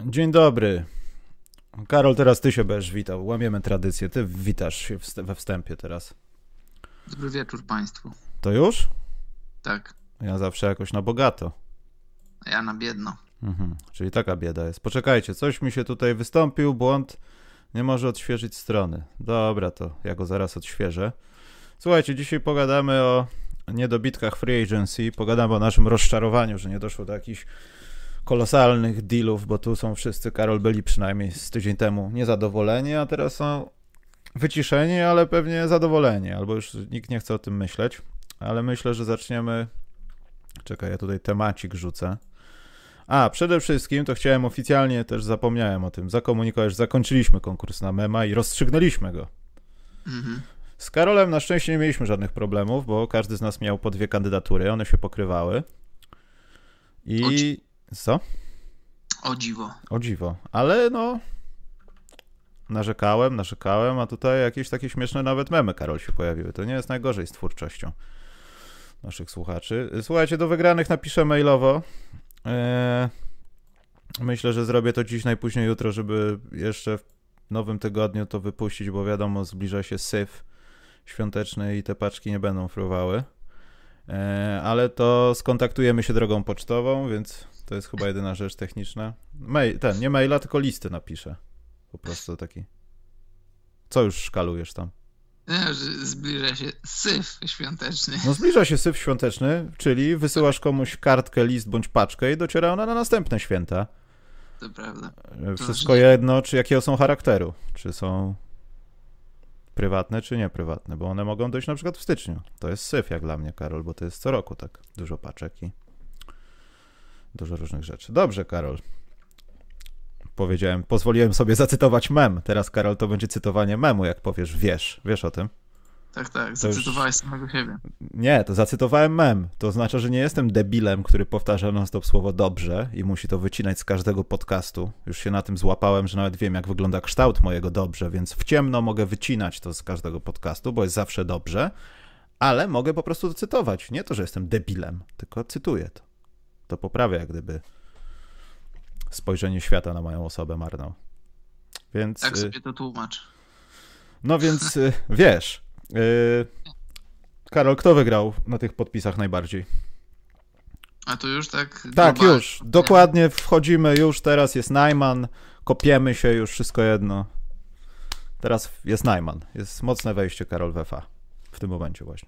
Dzień dobry. Karol, teraz ty się będziesz witał. Łamiemy tradycję. Ty witasz się we wstępie teraz. Dobry wieczór państwu. To już? Tak. Ja zawsze jakoś na bogato. A ja na biedno. Czyli taka bieda jest. Poczekajcie, coś mi się tutaj wystąpił, błąd. Nie może odświeżyć strony. Dobra, to ja go zaraz odświeżę. Słuchajcie, dzisiaj pogadamy o niedobitkach free agency. Pogadamy o naszym rozczarowaniu, że nie doszło do jakichś kolosalnych dealów, bo tu są wszyscy, Karol, byli przynajmniej z tydzień temu niezadowoleni, a teraz są wyciszeni, ale pewnie zadowoleni, albo już nikt nie chce o tym myśleć, ale myślę, że zaczniemy... Czekaj, ja tutaj temacik rzucę. Przede wszystkim to chciałem oficjalnie, też zapomniałem o tym, zakomunikować, że zakończyliśmy konkurs na mema i rozstrzygnęliśmy go. Z Karolem na szczęście nie mieliśmy żadnych problemów, bo każdy z nas miał po 2 kandydatury, one się pokrywały. I... Co? O dziwo. Ale no... Narzekałem, a tutaj jakieś takie śmieszne nawet memy, Karol, się pojawiły. To nie jest najgorzej z twórczością naszych słuchaczy. Słuchajcie, do wygranych napiszę mailowo. Myślę, że zrobię to dziś, najpóźniej jutro, żeby jeszcze w nowym tygodniu to wypuścić, bo wiadomo, zbliża się syf świąteczny i te paczki nie będą fruwały. Ale to skontaktujemy się drogą pocztową, więc to jest chyba jedyna rzecz techniczna. Nie maila, tylko listy napiszę. Po prostu taki. Co już szkalujesz tam? Zbliża się syf świąteczny. No zbliża się syf świąteczny, czyli wysyłasz komuś kartkę, list bądź paczkę i dociera ona na następne święta. To prawda. Wszystko jedno, czy jakiego są charakteru. Czy są prywatne, czy nieprywatne, bo one mogą dojść na przykład w styczniu. To jest syf jak dla mnie, Karol, bo to jest co roku tak. Dużo paczek i dużo różnych rzeczy. Dobrze, Karol. Pozwoliłem sobie zacytować mem. Teraz, Karol, to będzie cytowanie memu, jak powiesz, wiesz o tym? Tak, zacytowałeś samego siebie. Nie, to zacytowałem mem. To oznacza, że nie jestem debilem, który powtarza non-stop słowo dobrze i musi to wycinać z każdego podcastu. Już się na tym złapałem, że nawet wiem, jak wygląda kształt mojego dobrze, więc w ciemno mogę wycinać to z każdego podcastu, bo jest zawsze dobrze, ale mogę po prostu to cytować. Nie to, że jestem debilem, tylko cytuję to. To poprawia jak gdyby spojrzenie świata na moją osobę marną. Więc... Tak sobie to tłumacz. No więc wiesz... Karol, kto wygrał na tych podpisach najbardziej? A to już tak? Tak, już. Dokładnie wchodzimy już. Teraz jest Najman. Kopiemy się już, wszystko jedno. Teraz jest Najman. Jest mocne wejście, Karol, w FA. W tym momencie właśnie.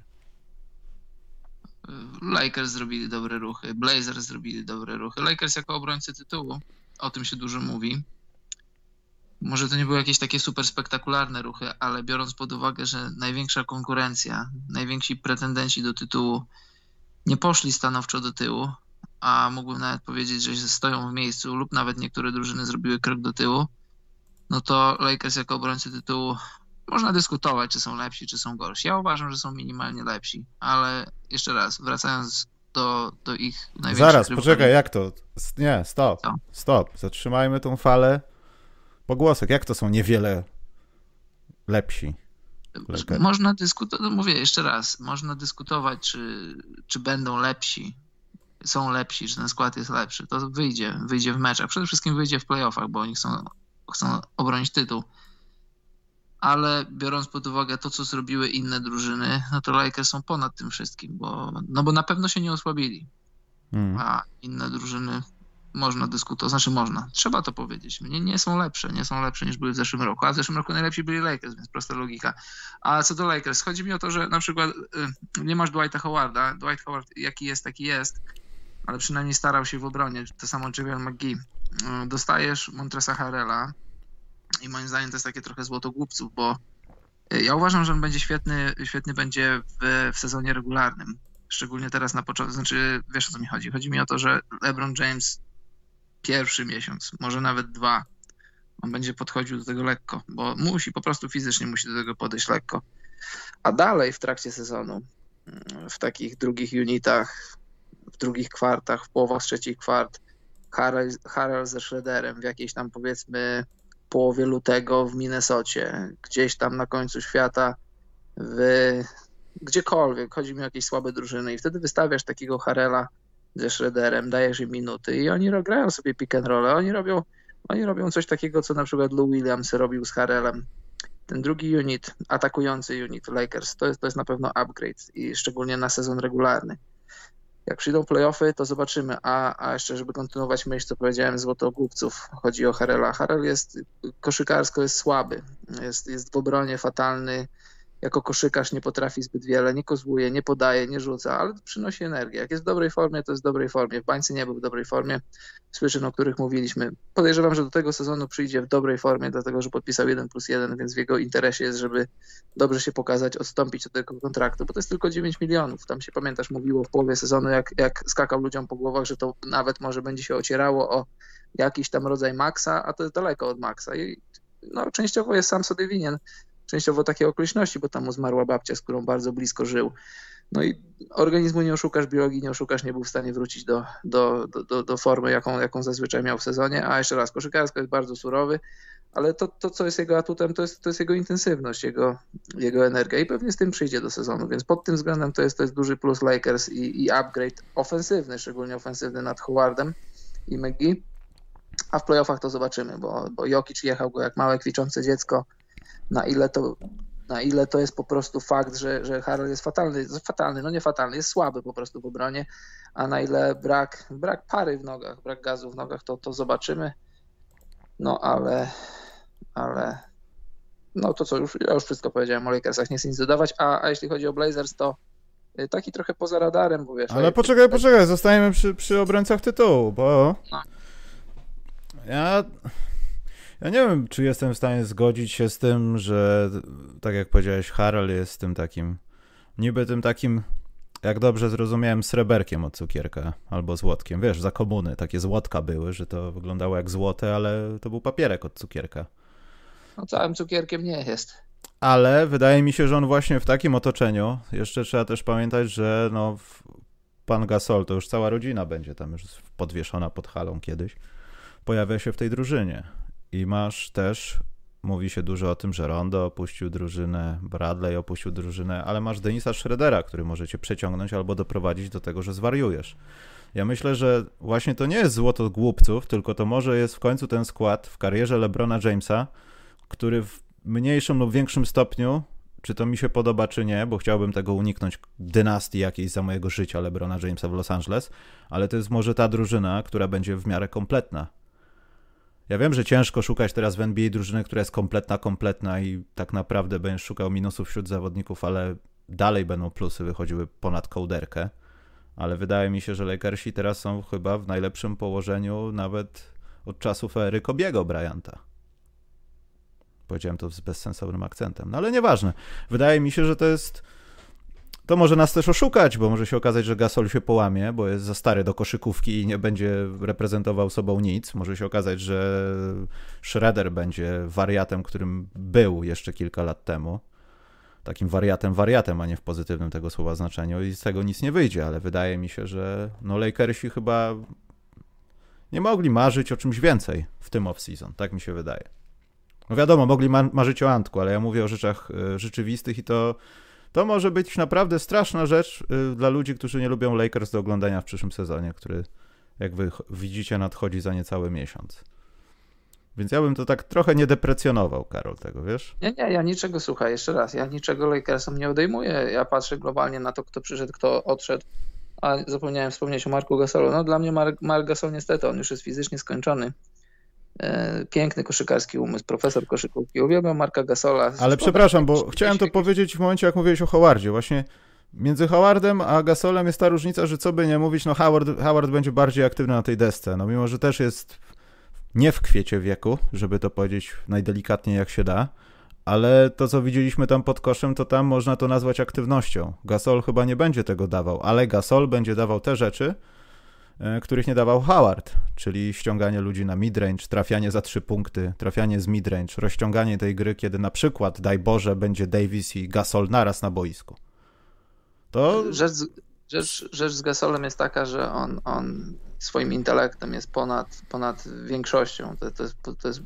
Lakers zrobili dobre ruchy. Blazers zrobili dobre ruchy. Lakers jako obrońcy tytułu. O tym się dużo mówi. Może to nie były jakieś takie super spektakularne ruchy, ale biorąc pod uwagę, że największa konkurencja, najwięksi pretendenci do tytułu nie poszli stanowczo do tyłu, a mógłbym nawet powiedzieć, że stoją w miejscu lub nawet niektóre drużyny zrobiły krok do tyłu, no to Lakers jako obrońcy tytułu można dyskutować, czy są lepsi, czy są gorsi. Ja uważam, że są minimalnie lepsi, ale jeszcze raz, wracając do ich największych Zaraz, rywali. poczekaj, jak to? Nie, stop. Zatrzymajmy tą falę. Pogłosek, jak to są niewiele lepsi? Można dyskutować, mówię jeszcze raz, można dyskutować, czy będą lepsi, są lepsi, czy ten skład jest lepszy. To wyjdzie w meczach, przede wszystkim wyjdzie w playoffach, bo oni chcą obronić tytuł. Ale biorąc pod uwagę to, co zrobiły inne drużyny, no to Lakers są ponad tym wszystkim, bo na pewno się nie osłabili. A inne drużyny można dyskutować, trzeba to powiedzieć. Nie są lepsze niż były w zeszłym roku, a w zeszłym roku najlepsi byli Lakers, więc prosta logika. A co do Lakers, chodzi mi o to, że na przykład nie masz Dwighta Howarda, Dwight Howard jaki jest, taki jest, ale przynajmniej starał się w obronie, to samo JaVale McGee. Dostajesz Montrezla Harrella i moim zdaniem to jest takie trochę złoto głupców, bo ja uważam, że on będzie świetny będzie w sezonie regularnym, szczególnie teraz na początku, znaczy wiesz o co mi chodzi. Chodzi mi o to, że LeBron James pierwszy miesiąc, może nawet 2, on będzie podchodził do tego lekko, bo po prostu fizycznie musi do tego podejść lekko. A dalej w trakcie sezonu, w takich drugich unitach, w drugich kwartach, w połowach trzecich kwart, Harrell ze Schroederem w jakiejś tam powiedzmy połowie lutego w Minnesocie, gdzieś tam na końcu świata, gdziekolwiek, chodzi mi o jakieś słabe drużyny i wtedy wystawiasz takiego Harrella ze Schroederem, dajesz im minuty i oni grają sobie pick and roll, oni robią Oni robią coś takiego, co na przykład Lou Williams robił z Harrellem. Ten drugi unit, atakujący unit Lakers, to jest na pewno upgrade i szczególnie na sezon regularny. Jak przyjdą playoffy, to zobaczymy. A jeszcze, żeby kontynuować myśl, co powiedziałem, złotogłówców, chodzi o Harrella. Harrell jest koszykarsko jest słaby, jest w obronie fatalny. Jako koszykarz nie potrafi zbyt wiele, nie kozłuje, nie podaje, nie rzuca, ale przynosi energię. Jak jest w dobrej formie, to jest w dobrej formie. W bańce nie był w dobrej formie, z przyczyn, o których mówiliśmy. Podejrzewam, że do tego sezonu przyjdzie w dobrej formie, dlatego że podpisał 1+1, więc w jego interesie jest, żeby dobrze się pokazać, odstąpić od tego kontraktu, bo to jest tylko 9 milionów. Tam się, pamiętasz, mówiło w połowie sezonu, jak skakał ludziom po głowach, że to nawet może będzie się ocierało o jakiś tam rodzaj maksa, a to jest daleko od maksa. I no, częściowo jest sam sobie winien. Częściowo takie okoliczności, bo tam mu zmarła babcia, z którą bardzo blisko żył. No i organizmu nie oszukasz, biologii nie oszukasz, nie był w stanie wrócić do formy, jaką zazwyczaj miał w sezonie. A jeszcze raz, koszykarsko jest bardzo surowy, ale to co jest jego atutem, to jest jego intensywność, jego energia i pewnie z tym przyjdzie do sezonu, więc pod tym względem to jest duży plus Lakers i upgrade ofensywny, szczególnie ofensywny nad Howardem i McGee, a w playoffach to zobaczymy, bo Jokic jechał go jak małe kwiczące dziecko. Na ile to jest po prostu fakt, że Harrell jest fatalny, no nie fatalny, jest słaby po prostu w obronie, a na ile brak pary w nogach, brak gazu w nogach, to zobaczymy. No ale no to co, ja już wszystko powiedziałem o Lakersach, nie chcę nic dodawać, a jeśli chodzi o Blazers, to taki trochę poza radarem, bo wiesz... Ale poczekaj, zostajemy przy obrońcach tytułu, bo no. Ja nie wiem, czy jestem w stanie zgodzić się z tym, że tak jak powiedziałeś, Harrell jest tym takim, jak dobrze zrozumiałem, sreberkiem od cukierka albo złotkiem. Wiesz, za komuny takie złotka były, że to wyglądało jak złote, ale to był papierek od cukierka. No całym cukierkiem nie jest. Ale wydaje mi się, że on właśnie w takim otoczeniu, jeszcze trzeba też pamiętać, że no pan Gasol, to już cała rodzina będzie tam już podwieszona pod halą kiedyś, pojawia się w tej drużynie. I masz też, mówi się dużo o tym, że Rondo opuścił drużynę, Bradley opuścił drużynę, ale masz Denisa Schroedera, który może cię przeciągnąć albo doprowadzić do tego, że zwariujesz. Ja myślę, że właśnie to nie jest złoto głupców, tylko to może jest w końcu ten skład w karierze LeBrona Jamesa, który w mniejszym lub większym stopniu, czy to mi się podoba, czy nie, bo chciałbym tego uniknąć, dynastii jakiejś za mojego życia LeBrona Jamesa w Los Angeles, ale to jest może ta drużyna, która będzie w miarę kompletna. Ja wiem, że ciężko szukać teraz w NBA drużyny, która jest kompletna i tak naprawdę będziesz szukał minusów wśród zawodników, ale dalej będą plusy wychodziły ponad kołderkę. Ale wydaje mi się, że Lakersi teraz są chyba w najlepszym położeniu nawet od czasów ery Kobiego Bryanta. Powiedziałem to z bezsensownym akcentem, no ale nieważne. Wydaje mi się, że to może nas też oszukać, bo może się okazać, że Gasol się połamie, bo jest za stary do koszykówki i nie będzie reprezentował sobą nic. Może się okazać, że Schroeder będzie wariatem, którym był jeszcze kilka lat temu. Takim wariatem, a nie w pozytywnym tego słowa znaczeniu i z tego nic nie wyjdzie, ale wydaje mi się, że no Lakersi chyba nie mogli marzyć o czymś więcej w tym off-season. Tak mi się wydaje. No wiadomo, mogli marzyć o Antku, ale ja mówię o rzeczach rzeczywistych i to może być naprawdę straszna rzecz dla ludzi, którzy nie lubią Lakers do oglądania w przyszłym sezonie, który, jak wy widzicie, nadchodzi za niecały miesiąc. Więc ja bym to tak trochę nie deprecjonował, Karol, tego, wiesz? Nie, ja niczego, słuchaj, jeszcze raz, ja niczego Lakersom nie odejmuję. Ja patrzę globalnie na to, kto przyszedł, kto odszedł. A zapomniałem wspomnieć o Marku Gasolu. No dla mnie Mark Gasol niestety, on już jest fizycznie skończony. Piękny koszykarski umysł, profesor koszykówki. Uwielbiam Marka Gasola. Ale przepraszam, bo chciałem to powiedzieć w momencie, jak mówiłeś o Howardzie. Właśnie między Howardem a Gasolem jest ta różnica, że co by nie mówić, no Howard będzie bardziej aktywny na tej desce. No mimo, że też jest nie w kwiecie wieku, żeby to powiedzieć najdelikatniej jak się da, ale to, co widzieliśmy tam pod koszem, to tam można to nazwać aktywnością. Gasol chyba nie będzie tego dawał, ale Gasol będzie dawał te rzeczy, których nie dawał Howard, czyli ściąganie ludzi na midrange, trafianie za 3 punkty, trafianie z midrange, rozciąganie tej gry, kiedy na przykład, daj Boże, będzie Davis i Gasol naraz na boisku. To... Rzecz z Gasolem jest taka, że on swoim intelektem jest ponad większością. To jest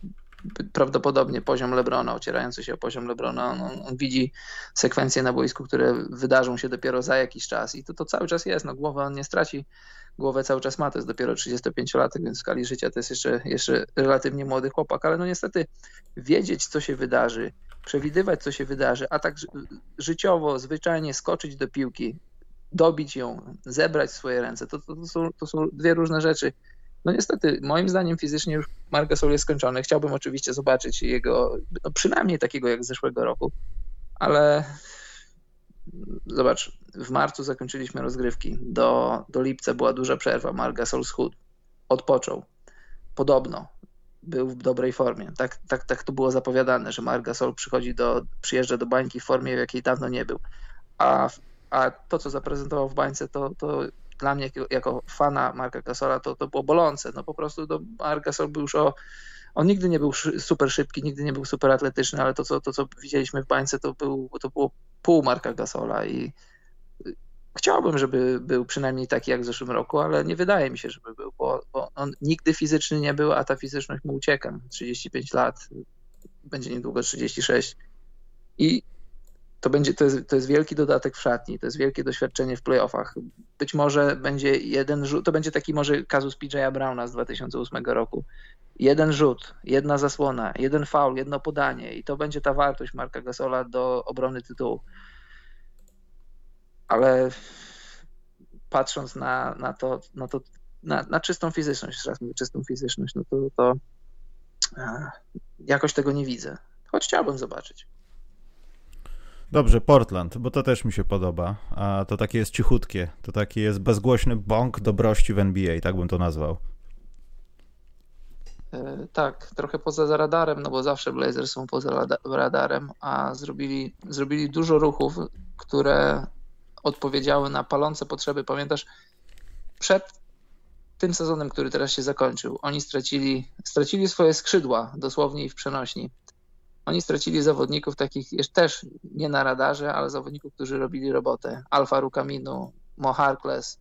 prawdopodobnie poziom LeBrona, ocierający się o poziom LeBrona. On widzi sekwencje na boisku, które wydarzą się dopiero za jakiś czas i to cały czas jest. Głowę on nie straci, głowę cały czas ma, to jest dopiero 35-latek, więc w skali życia to jest jeszcze relatywnie młody chłopak, ale niestety wiedzieć, co się wydarzy, przewidywać, co się wydarzy, a tak życiowo, zwyczajnie skoczyć do piłki, dobić ją, zebrać w swoje ręce, to są dwie różne rzeczy. Niestety, moim zdaniem fizycznie już Marc Gasol jest skończony. Chciałbym oczywiście zobaczyć jego, przynajmniej takiego jak z zeszłego roku, ale zobacz, w marcu zakończyliśmy rozgrywki, do lipca była duża przerwa, Marc Gasol schudł, odpoczął, podobno był w dobrej formie. Tak to było zapowiadane, że Marc Gasol przyjeżdża do bańki w formie, w jakiej dawno nie był. A to, co zaprezentował w bańce, to dla mnie jako fana Marca Gasola to było bolące. Po prostu Marc Gasol był już on nigdy nie był super szybki, nigdy nie był super atletyczny, ale to, co widzieliśmy w bańce, to było pół Marca Gasola i chciałbym, żeby był przynajmniej taki jak w zeszłym roku, ale nie wydaje mi się, żeby był, bo on nigdy fizyczny nie był, a ta fizyczność mu ucieka. 35 lat, będzie niedługo 36 i to jest wielki dodatek w szatni, to jest wielkie doświadczenie w playoffach. Być może będzie jeden rzut, to będzie taki może kazus PJ'a Browna z 2008 roku. Jeden rzut, jedna zasłona, jeden faul, jedno podanie i to będzie ta wartość Marca Gasola do obrony tytułu. Ale patrząc na czystą fizyczność, jeszcze raz mówię, czystą fizyczność, to jakoś tego nie widzę. Choć chciałbym zobaczyć. Dobrze, Portland, bo to też mi się podoba, a to takie jest cichutkie, to taki jest bezgłośny bąk dobrości w NBA, tak bym to nazwał. Tak, trochę poza radarem, bo zawsze Blazers są poza radarem, a zrobili dużo ruchów, które odpowiedziały na palące potrzeby. Pamiętasz, przed tym sezonem, który teraz się zakończył, oni stracili swoje skrzydła, dosłownie i w przenośni. Oni stracili zawodników takich też nie na radarze, ale zawodników, którzy robili robotę. Al-Farouq Aminu, Mo Harkless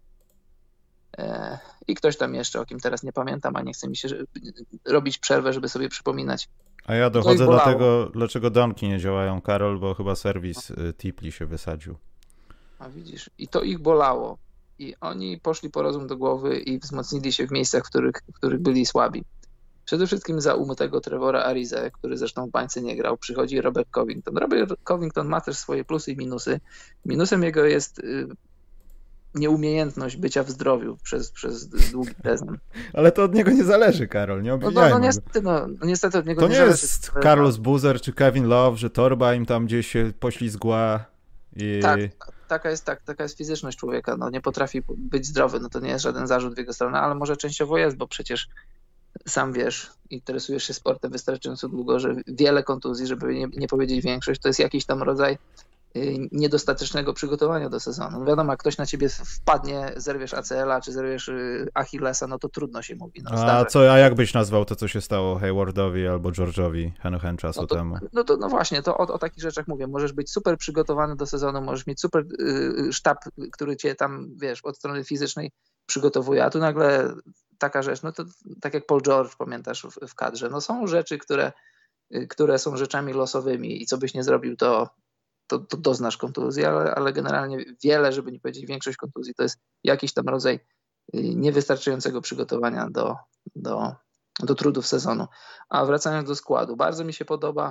i ktoś tam jeszcze, o kim teraz nie pamiętam, a nie chce mi się robić przerwę, żeby sobie przypominać. A ja dochodzę do tego, dlaczego domki nie działają, Karol, bo chyba serwis Tipli się wysadził. A widzisz, i to ich bolało. I oni poszli po rozum do głowy i wzmocnili się w miejscach, w których byli słabi. Przede wszystkim za umytego Trevora Arizę, który zresztą w bańce nie grał, przychodzi Robert Covington. Robert Covington ma też swoje plusy i minusy. Minusem jego jest nieumiejętność bycia w zdrowiu przez długi sezon. Ale to od niego nie zależy, Karol, nie obwiniajmy niestety od niego to nie zależy. To nie jest Carlos Boozer czy Kevin Love, że torba im tam gdzieś się poślizgła i... Tak, taka jest fizyczność człowieka. Nie potrafi być zdrowy, to nie jest żaden zarzut w jego stronę, ale może częściowo jest, bo przecież sam wiesz, interesujesz się sportem wystarczająco długo, że wiele kontuzji, żeby nie powiedzieć większość, to jest jakiś tam rodzaj niedostatecznego przygotowania do sezonu. Wiadomo, jak ktoś na ciebie wpadnie, zerwiesz ACL-a czy zerwiesz Achillesa, to trudno się mówi. A jak byś nazwał to, co się stało Haywardowi albo George'owi Henochem czasu temu? No właśnie, to o takich rzeczach mówię. Możesz być super przygotowany do sezonu, możesz mieć super sztab, który cię tam, wiesz, od strony fizycznej przygotowuje, a tu nagle taka rzecz, to tak jak Paul George, pamiętasz, w kadrze, są rzeczy, które są rzeczami losowymi i co byś nie zrobił, to doznasz kontuzji, ale generalnie wiele, żeby nie powiedzieć większość kontuzji, to jest jakiś tam rodzaj niewystarczającego przygotowania do trudów sezonu. A wracając do składu, bardzo mi się podoba,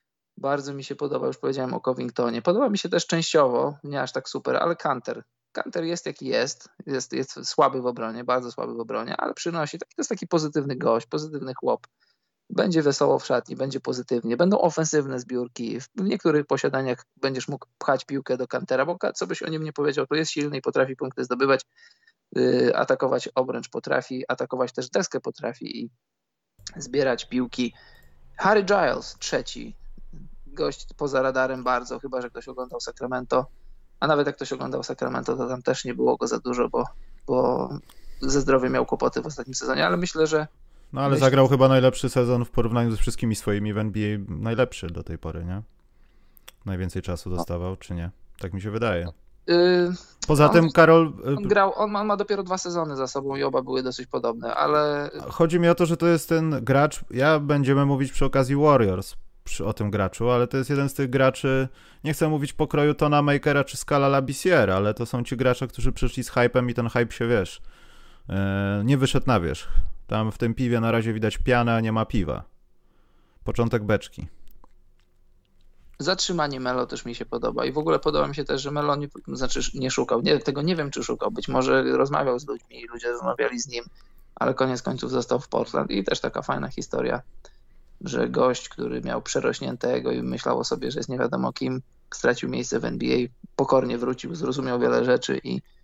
już powiedziałem o Covingtonie, podoba mi się też częściowo, nie aż tak super, ale Kanter jest jaki jest słaby w obronie, bardzo słaby w obronie, ale przynosi, to jest taki pozytywny gość, pozytywny chłop. Będzie wesoło w szatni, będzie pozytywnie, będą ofensywne zbiórki, w niektórych posiadaniach będziesz mógł pchać piłkę do Kantera, bo co byś o nim nie powiedział, to jest silny i potrafi punkty zdobywać, atakować obręcz potrafi, atakować też deskę potrafi i zbierać piłki. Harry Giles, trzeci, gość poza radarem bardzo, chyba że ktoś oglądał Sacramento, a nawet jak ktoś oglądał Sacramento, to tam też nie było go za dużo, bo ze zdrowiem miał kłopoty w ostatnim sezonie, ale myślę, że ale zagrał chyba najlepszy sezon w porównaniu ze wszystkimi swoimi w NBA, najlepszy do tej pory, nie? Najwięcej czasu dostawał, czy nie? Tak mi się wydaje. Poza tym, Karol... On grał, on ma dopiero 2 sezony za sobą i oba były dosyć podobne, ale... Chodzi mi o to, że to jest ten gracz, będziemy mówić przy okazji Warriors o tym graczu, ale to jest jeden z tych graczy, nie chcę mówić pokroju Tona Makera czy Scala Labissière, ale to są ci gracze, którzy przyszli z hypem i ten hype się, wiesz, nie wyszedł na wierzch. Tam w tym piwie na razie widać pianę, a nie ma piwa. Początek beczki. Zatrzymanie Melo też mi się podoba i w ogóle podoba mi się też, że Melo nie szukał, tego nie wiem, czy szukał, być może rozmawiał z ludźmi i ludzie rozmawiali z nim, ale koniec końców został w Portland i też taka fajna historia, że gość, który miał przerośniętego i myślał o sobie, że jest nie wiadomo kim, stracił miejsce w NBA, pokornie wrócił, zrozumiał wiele rzeczy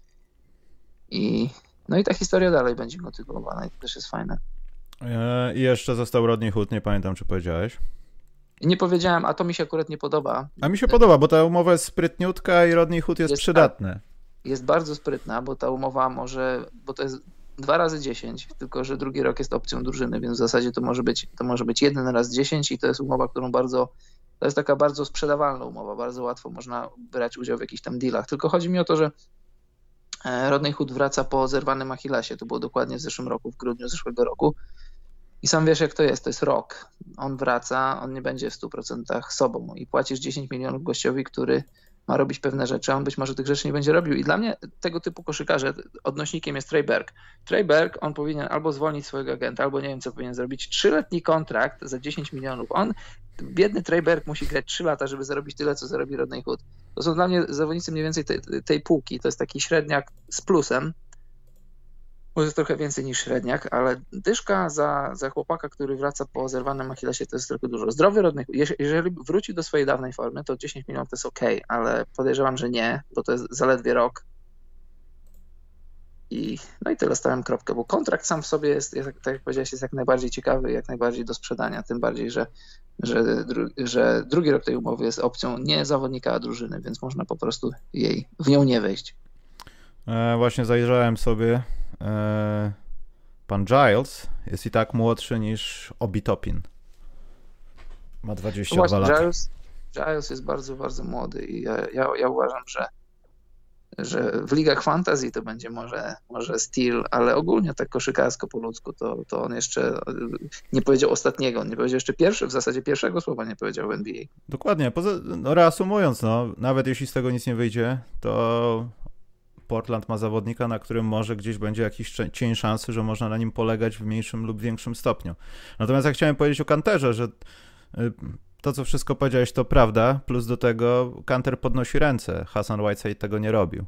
no i ta historia dalej będzie kontynuowana i to też jest fajne. I jeszcze został Rodney Hood, nie pamiętam, czy powiedziałeś. Nie powiedziałem, a to mi się akurat nie podoba. A mi się podoba, bo ta umowa jest sprytniutka i Rodney Hood jest przydatny. Jest bardzo sprytna, bo ta umowa bo to jest 2 razy 10, tylko że drugi rok jest opcją drużyny, więc w zasadzie to może być 1 raz 10 i to jest umowa, to jest taka bardzo sprzedawalna umowa, bardzo łatwo można brać udział w jakichś tam dealach. Tylko chodzi mi o to, że Rodney Hood wraca po zerwanym Achillesie, to było dokładnie w zeszłym roku, w grudniu zeszłego roku. I sam wiesz, jak to jest rok. On wraca, on nie będzie w 100% sobą i płacisz 10 milionów gościowi, który ma robić pewne rzeczy, a on być może tych rzeczy nie będzie robił. I dla mnie tego typu koszykarze, odnośnikiem jest Trey Burke. Trey Burke, on powinien albo zwolnić swojego agenta, albo nie wiem, co powinien zrobić. 3-letni kontrakt za 10 milionów. Biedny Trey Burke musi grać 3 lata, żeby zarobić tyle, co zarobi Rodney Hood. To są dla mnie zawodnicy mniej więcej tej półki. To jest taki średniak z plusem. Może jest trochę więcej niż średniak, ale dyszka za chłopaka, który wraca po zerwanym Achillesie, to jest trochę dużo. Zdrowy Rodney Hood, jeżeli wróci do swojej dawnej formy, to 10 milionów to jest okej, ale podejrzewam, że nie, bo to jest zaledwie rok. No i tyle, stałem kropkę, bo kontrakt sam w sobie jest, tak jak powiedziałeś, jest jak najbardziej ciekawy, jak najbardziej do sprzedania, tym bardziej, że drugi rok tej umowy jest opcją nie zawodnika, a drużyny, więc można po prostu w nią nie wejść. Właśnie zajrzałem sobie. Pan Giles jest i tak młodszy niż Obi Toppin. Ma 22 lata. Giles jest bardzo, bardzo młody i ja uważam, że w ligach fantasy to będzie może steal, ale ogólnie tak koszykarsko po ludzku to on jeszcze nie powiedział ostatniego, on nie powiedział jeszcze w zasadzie pierwszego słowa nie powiedział w NBA. Dokładnie. Reasumując, nawet jeśli z tego nic nie wyjdzie, to Portland ma zawodnika, na którym może gdzieś będzie jakiś cień szansy, że można na nim polegać w mniejszym lub większym stopniu. Natomiast ja chciałem powiedzieć o Kanterze, że to, co wszystko powiedziałeś, to prawda, plus do tego Kanter podnosi ręce. Hassan Whiteside tego nie robił.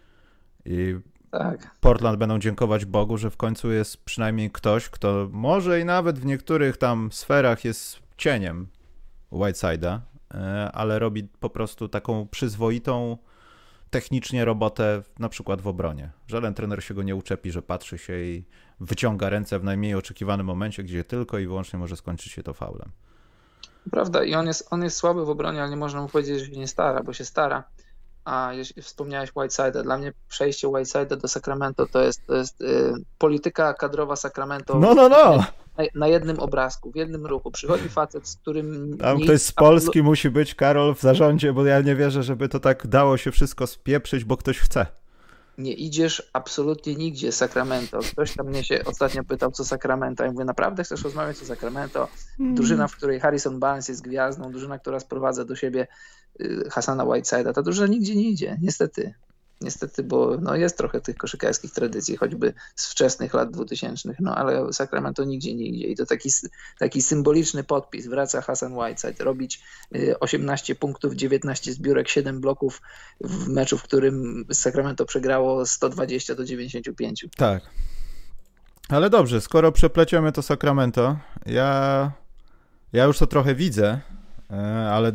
I tak. Portland będą dziękować Bogu, że w końcu jest przynajmniej ktoś, kto może i nawet w niektórych tam sferach jest cieniem Whiteside'a, ale robi po prostu taką przyzwoitą technicznie robotę, na przykład w obronie. Żaden trener się go nie uczepi, że patrzy się i wyciąga ręce w najmniej oczekiwanym momencie, gdzie tylko i wyłącznie może skończyć się to faulem. Prawda, i on jest słaby w obronie, ale nie można mu powiedzieć, że się nie stara, bo się stara. A jeśli wspomniałeś Whiteside'a, dla mnie przejście Whiteside'a do Sacramento to jest polityka kadrowa Sacramento. Na jednym obrazku, w jednym ruchu. Przychodzi facet, z którym... Tam ktoś z Polski musi być, Karol, w zarządzie, bo ja nie wierzę, żeby to tak dało się wszystko spieprzyć, bo ktoś chce. Nie idziesz absolutnie nigdzie, Sacramento. Ktoś tam mnie się ostatnio pytał, co Sacramento. Ja mówię, naprawdę chcesz rozmawiać o Sacramento? Drużyna, w której Harrison Barnes jest gwiazdą, drużyna, która sprowadza do siebie Hassana Whiteside'a. Ta drużyna nigdzie nie idzie, niestety. Niestety, bo jest trochę tych koszykarskich tradycji, choćby z wczesnych lat 2000, ale Sacramento nigdzie nie idzie. I to taki symboliczny podpis. Wraca Hassan Whiteside, robić 18 punktów, 19 zbiórek, 7 bloków w meczu, w którym Sacramento przegrało 120-95. Tak. Ale dobrze, skoro przepleciemy to Sacramento, ja już to trochę widzę, ale...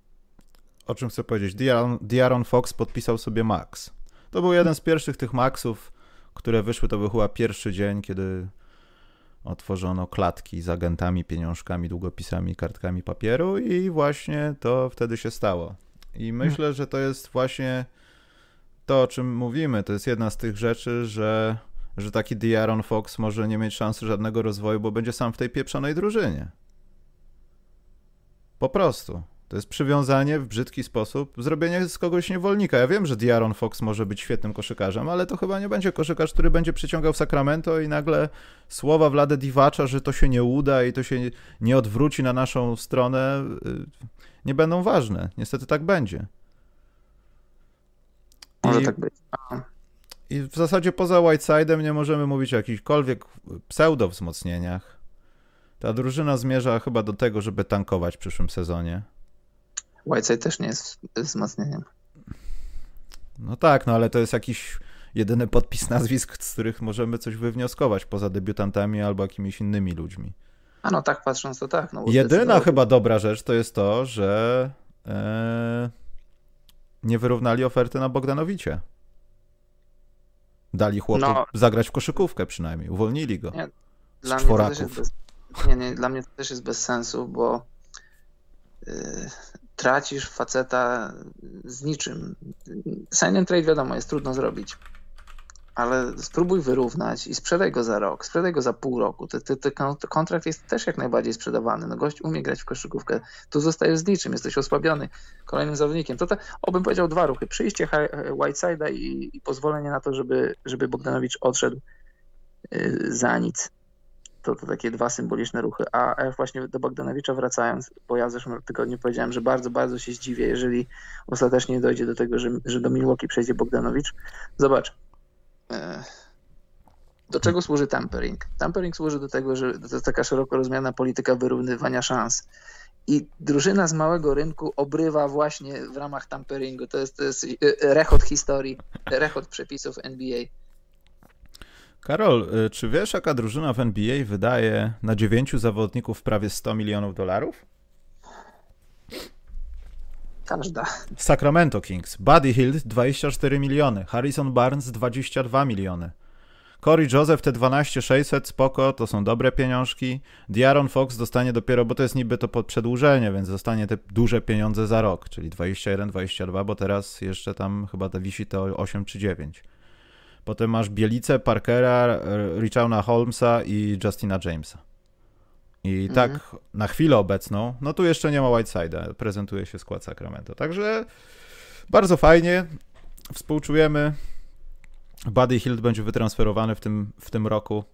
O czym chcę powiedzieć? De'Aaron Fox podpisał sobie max. To był jeden z pierwszych tych maxów, które wyszły. To był chyba pierwszy dzień, kiedy otworzono klatki z agentami, pieniążkami, długopisami, kartkami papieru i właśnie to wtedy się stało. I myślę, że to jest właśnie to, o czym mówimy. To jest jedna z tych rzeczy, że taki De'Aaron Fox może nie mieć szansy żadnego rozwoju, bo będzie sam w tej pieprzonej drużynie. Po prostu. To jest przywiązanie w brzydki sposób, zrobienie z kogoś niewolnika. Ja wiem, że De'Aaron Fox może być świetnym koszykarzem, ale to chyba nie będzie koszykarz, który będzie przyciągał Sacramento i nagle słowa Vlade Divacza, że to się nie uda i to się nie odwróci na naszą stronę, nie będą ważne. Niestety tak będzie. Może tak być. I w zasadzie poza Whiteside'em nie możemy mówić o jakichkolwiek pseudo-wzmocnieniach. Ta drużyna zmierza chyba do tego, żeby tankować w przyszłym sezonie. Whiteside też nie jest wzmocnieniem. No tak, no ale to jest jakiś jedyny podpis nazwisk, z których możemy coś wywnioskować, poza debiutantami albo jakimiś innymi ludźmi. A no tak patrząc to tak. No, jedyna chyba dobra rzecz to jest to, że nie wyrównali oferty na Bogdanowicie. Dali chłopu zagrać w koszykówkę przynajmniej, uwolnili go z czworaków. Dla mnie to też jest bez sensu, bo tracisz faceta z niczym. Sign and trade wiadomo, jest trudno zrobić, ale spróbuj wyrównać i sprzedaj go za rok, sprzedaj go za pół roku. Kontrakt jest też jak najbardziej sprzedawany. No gość umie grać w koszykówkę, tu zostajesz z niczym, jesteś osłabiony kolejnym zawodnikiem. Bym powiedział dwa ruchy. Przyjście Whiteside'a i pozwolenie na to, żeby Bogdanowicz odszedł za nic. To takie dwa symboliczne ruchy. A właśnie do Bogdanowicza wracając, bo ja w zeszłym tygodniu powiedziałem, że bardzo, bardzo się zdziwię, jeżeli ostatecznie dojdzie do tego, że do Milwaukee przejdzie Bogdanowicz. Zobacz, do czego służy tampering? Tampering służy do tego, że to jest taka szeroko rozumiana polityka wyrównywania szans. I drużyna z małego rynku obrywa właśnie w ramach tamperingu. To jest rechot historii, rechot przepisów NBA. Karol, czy wiesz, jaka drużyna w NBA wydaje na 9 zawodników prawie $100 milionów? Każda. Sacramento Kings. Buddy Hield 24 miliony. Harrison Barnes 22 miliony. Corey Joseph te 12,600, spoko, to są dobre pieniążki. De'Aaron Fox dostanie dopiero, bo to jest niby to pod przedłużenie, więc dostanie te duże pieniądze za rok, czyli 21, 22, bo teraz jeszcze tam chyba wisi to 8 czy 9. Potem masz Bielicę, Parkera, Richarda Holmesa i Justina Jamesa. I tak na chwilę obecną, no tu jeszcze nie ma Whiteside'a, prezentuje się skład Sacramento. Także bardzo fajnie, współczujemy. Buddy Hield będzie wytransferowany w tym roku.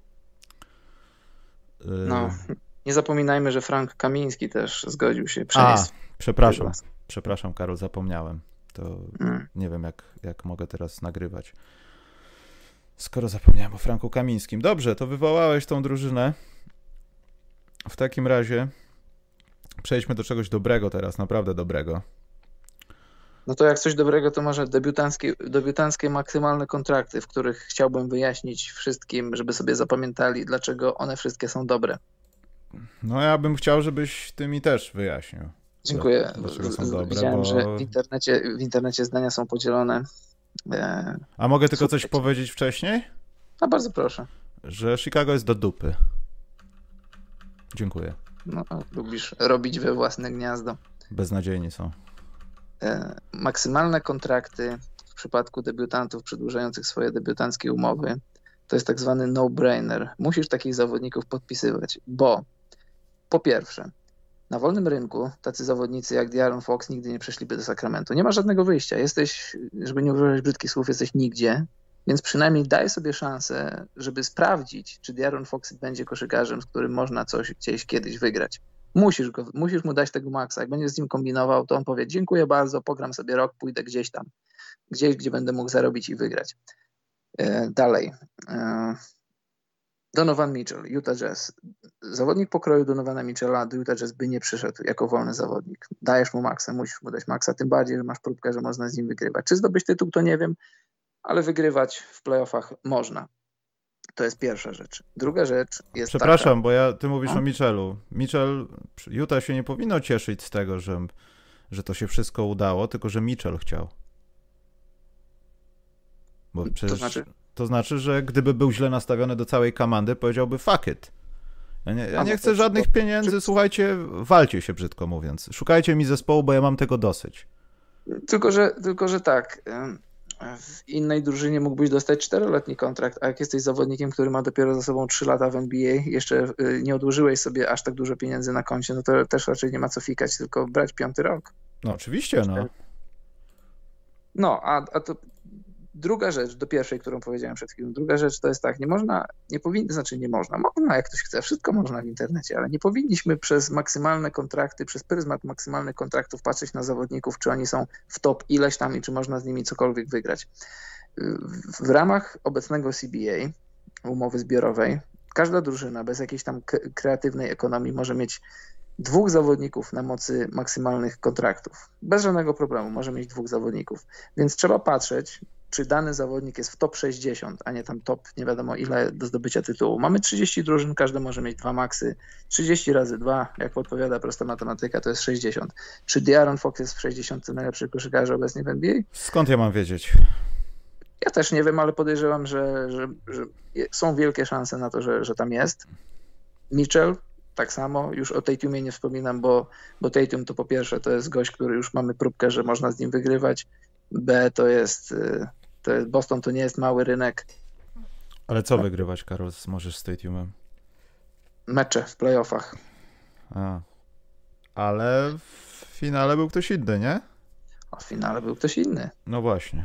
No, nie zapominajmy, że Frank Kamiński też zgodził się przenieść. Przepraszam Karol, zapomniałem. To nie wiem jak mogę teraz nagrywać. Skoro zapomniałem o Franku Kamińskim. Dobrze, to wywołałeś tą drużynę. W takim razie przejdźmy do czegoś dobrego teraz, naprawdę dobrego. No to jak coś dobrego, to może debiutanckie maksymalne kontrakty, w których chciałbym wyjaśnić wszystkim, żeby sobie zapamiętali, dlaczego one wszystkie są dobre. No ja bym chciał, żebyś ty mi też wyjaśnił. Dziękuję. Dlaczego są dobre, widziałem, że w internecie zdania są podzielone. A mogę tylko coś powiedzieć wcześniej? A bardzo proszę. Że Chicago jest do dupy. Dziękuję. No, lubisz robić we własne gniazdo. Beznadziejni są. Maksymalne kontrakty w przypadku debiutantów przedłużających swoje debiutanckie umowy to jest tak zwany no-brainer. Musisz takich zawodników podpisywać, bo po pierwsze, na wolnym rynku tacy zawodnicy jak De'Aaron Fox nigdy nie przeszliby do Sacramento. Nie ma żadnego wyjścia. Jesteś, żeby nie używać brzydkich słów, jesteś nigdzie, więc przynajmniej daj sobie szansę, żeby sprawdzić, czy De'Aaron Fox będzie koszykarzem, z którym można coś gdzieś kiedyś wygrać. Musisz mu dać tego maksa. Jak będziesz z nim kombinował, to on powie: dziękuję bardzo, pogram sobie rok, pójdę gdzieś tam, gdzie będę mógł zarobić i wygrać. Dalej. Donovan Mitchell, Utah Jazz. Zawodnik pokroju Donovana Mitchella do Utah Jazz by nie przyszedł jako wolny zawodnik. Dajesz mu maksa, musisz mu dać maksa, tym bardziej, że masz próbkę, że można z nim wygrywać. Czy zdobyć tytuł, to nie wiem, ale wygrywać w playoffach można. To jest pierwsza rzecz. Druga rzecz jest Przepraszam, bo ty mówisz o Mitchellu. Utah się nie powinno cieszyć z tego, że to się wszystko udało, tylko że Mitchell chciał. Bo przecież to znaczy, że gdyby był źle nastawiony do całej komandy, powiedziałby fuck it. Ja nie chcę żadnych pieniędzy, słuchajcie, walcie się, brzydko mówiąc. Szukajcie mi zespołu, bo ja mam tego dosyć. Tylko że tak. W innej drużynie mógłbyś dostać 4-letni kontrakt, a jak jesteś zawodnikiem, który ma dopiero za sobą 3 lata w NBA, jeszcze nie odłożyłeś sobie aż tak dużo pieniędzy na koncie, no to też raczej nie ma co fikać, tylko brać 5. rok. No oczywiście, no. No, a to druga rzecz, do pierwszej, którą powiedziałem przed chwilą, druga rzecz to jest tak, można, jak ktoś chce, wszystko można w internecie, ale nie powinniśmy przez maksymalne kontrakty, przez pryzmat maksymalnych kontraktów patrzeć na zawodników, czy oni są w top ileś tam i czy można z nimi cokolwiek wygrać. W ramach obecnego CBA, umowy zbiorowej, każda drużyna bez jakiejś tam kreatywnej ekonomii może mieć 2 zawodników na mocy maksymalnych kontraktów. Bez żadnego problemu może mieć 2 zawodników. Więc trzeba patrzeć, czy dany zawodnik jest w top 60, a nie tam top nie wiadomo ile do zdobycia tytułu. Mamy 30 drużyn, każdy może mieć 2 maksy. 30 razy 2, jak podpowiada prosta matematyka, to jest 60. Czy De'Aaron Fox jest w 60 najlepszych koszykarzy obecnie w NBA? Skąd ja mam wiedzieć? Ja też nie wiem, ale podejrzewam, że są wielkie szanse na to, że tam jest. Mitchell tak samo, już o Tatumie nie wspominam, bo Tatum to po pierwsze to jest gość, który już mamy próbkę, że można z nim wygrywać. B to jest Boston, to nie jest mały rynek. Ale co wygrywać, Karol, możesz z Tatumem? Mecze w playoffach. Ale w finale był ktoś inny, nie? A w finale był ktoś inny. No właśnie.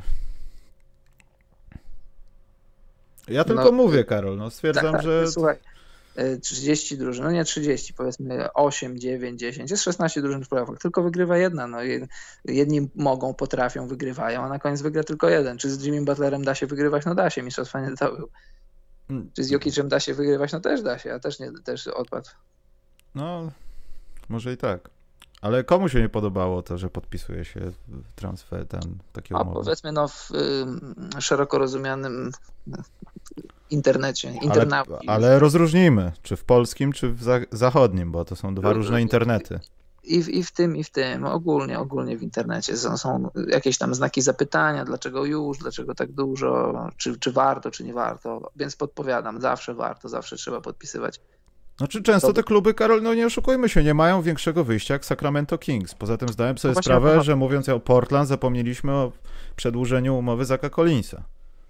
Ja tylko mówię, Karol, no stwierdzam, że... Słuchaj, 30 drużyn, no nie 30, powiedzmy 8, 9, 10, jest 16 drużyn w playoffach, tylko wygrywa jedna, no jedni mogą, potrafią, wygrywają, a na koniec wygra tylko jeden. Czy z Jimmy Butlerem da się wygrywać? No da się, mistrzostwa nie zdobył. Czy z Jokicem da się wygrywać? No też da się, a też odpadł. No, może i tak. Ale komu się nie podobało to, że podpisuje się transfer, takie umowy? A powiedzmy w szeroko rozumianym internecie. Ale rozróżnijmy, czy w polskim, czy w zachodnim, bo to są 2 różne internety. I w tym. Ogólnie w internecie są jakieś tam znaki zapytania, dlaczego już, dlaczego tak dużo, czy warto, czy nie warto. Więc podpowiadam, zawsze warto, zawsze trzeba podpisywać. Znaczy często te kluby, Karol, no nie oszukujmy się, nie mają większego wyjścia jak Sacramento Kings. Poza tym zdałem sobie sprawę, że mówiąc o Portland, zapomnieliśmy o przedłużeniu umowy Zacka Collinsa.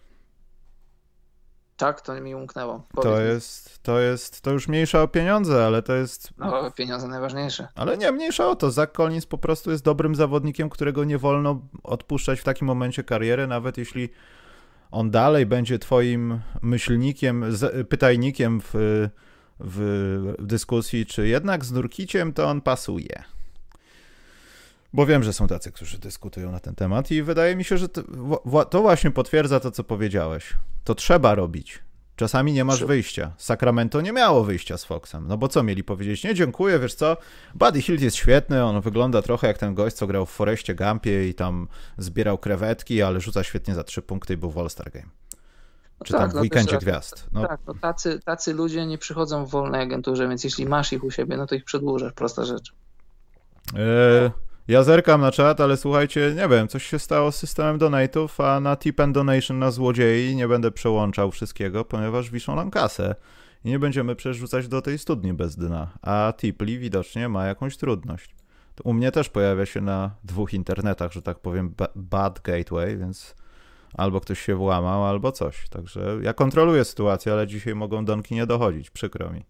Tak, to mi umknęło. To już mniejsza o pieniądze, ale to jest... No, pieniądze najważniejsze. Ale nie, mniejsza o to. Zach Collins po prostu jest dobrym zawodnikiem, którego nie wolno odpuszczać w takim momencie kariery, nawet jeśli on dalej będzie twoim myślnikiem, pytajnikiem w dyskusji, czy jednak z Nurkiciem to on pasuje. Bo wiem, że są tacy, którzy dyskutują na ten temat i wydaje mi się, że to właśnie potwierdza to, co powiedziałeś. To trzeba robić. Czasami nie masz wyjścia. Sacramento nie miało wyjścia z Foxem. No bo co mieli powiedzieć? Nie, dziękuję, wiesz co? Buddy Hield jest świetny, on wygląda trochę jak ten gość, co grał w Forestie Gumpie i tam zbierał krewetki, ale rzuca świetnie za 3 punkty i był w All-Star Game. Czy tam w weekendzie gwiazd. No. Tak, no tacy ludzie nie przychodzą w wolnej agenturze, więc jeśli masz ich u siebie, no to ich przedłużasz. Prosta rzecz. Ja zerkam na czat, ale słuchajcie, nie wiem, coś się stało z systemem donate'ów, a na tip and donation na złodziei nie będę przełączał wszystkiego, ponieważ wiszą nam kasę i nie będziemy przerzucać do tej studni bez dna, a Tipli widocznie ma jakąś trudność. To u mnie też pojawia się na 2 internetach, że tak powiem, bad gateway, więc albo ktoś się włamał, albo coś. Także ja kontroluję sytuację, ale dzisiaj mogą donki nie dochodzić, przykro mi.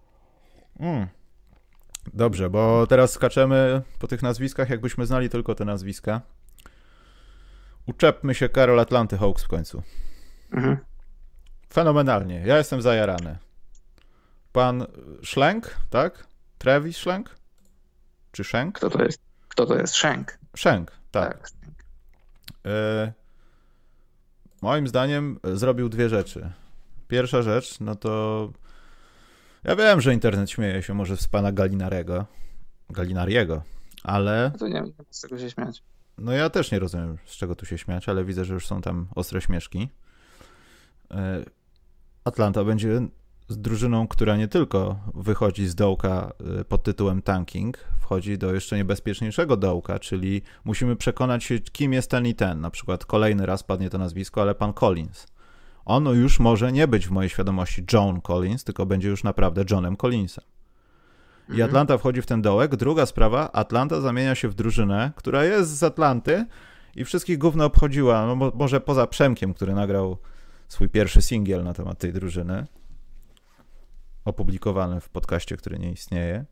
Dobrze, bo teraz skaczemy po tych nazwiskach, jakbyśmy znali tylko te nazwiska. Uczepmy się Karol Atlanty Hawks w końcu. Fenomenalnie, ja jestem zajarany. Pan Schlenk, tak? Travis Schlenk? Czy Schenk? Kto to jest? Schenk. Schenk, tak. Moim zdaniem zrobił 2 rzeczy. Pierwsza rzecz, no to ja wiem, że internet śmieje się może z pana Gallinariego, ale... No to nie ma z czego się śmiać. No ja też nie rozumiem, z czego tu się śmiać, ale widzę, że już są tam ostre śmieszki. Atlanta będzie z drużyną, która nie tylko wychodzi z dołka pod tytułem tanking, wchodzi do jeszcze niebezpieczniejszego dołka, czyli musimy przekonać się, kim jest ten i ten. Na przykład kolejny raz padnie to nazwisko, ale pan Collins. On już może nie być w mojej świadomości John Collins, tylko będzie już naprawdę Johnem Collinsem. I Atlanta wchodzi w ten dołek. Druga sprawa, Atlanta zamienia się w drużynę, która jest z Atlanty i wszystkich gówno obchodziła, no może poza Przemkiem, który nagrał swój pierwszy singiel na temat tej drużyny, opublikowany w podcaście, który nie istnieje.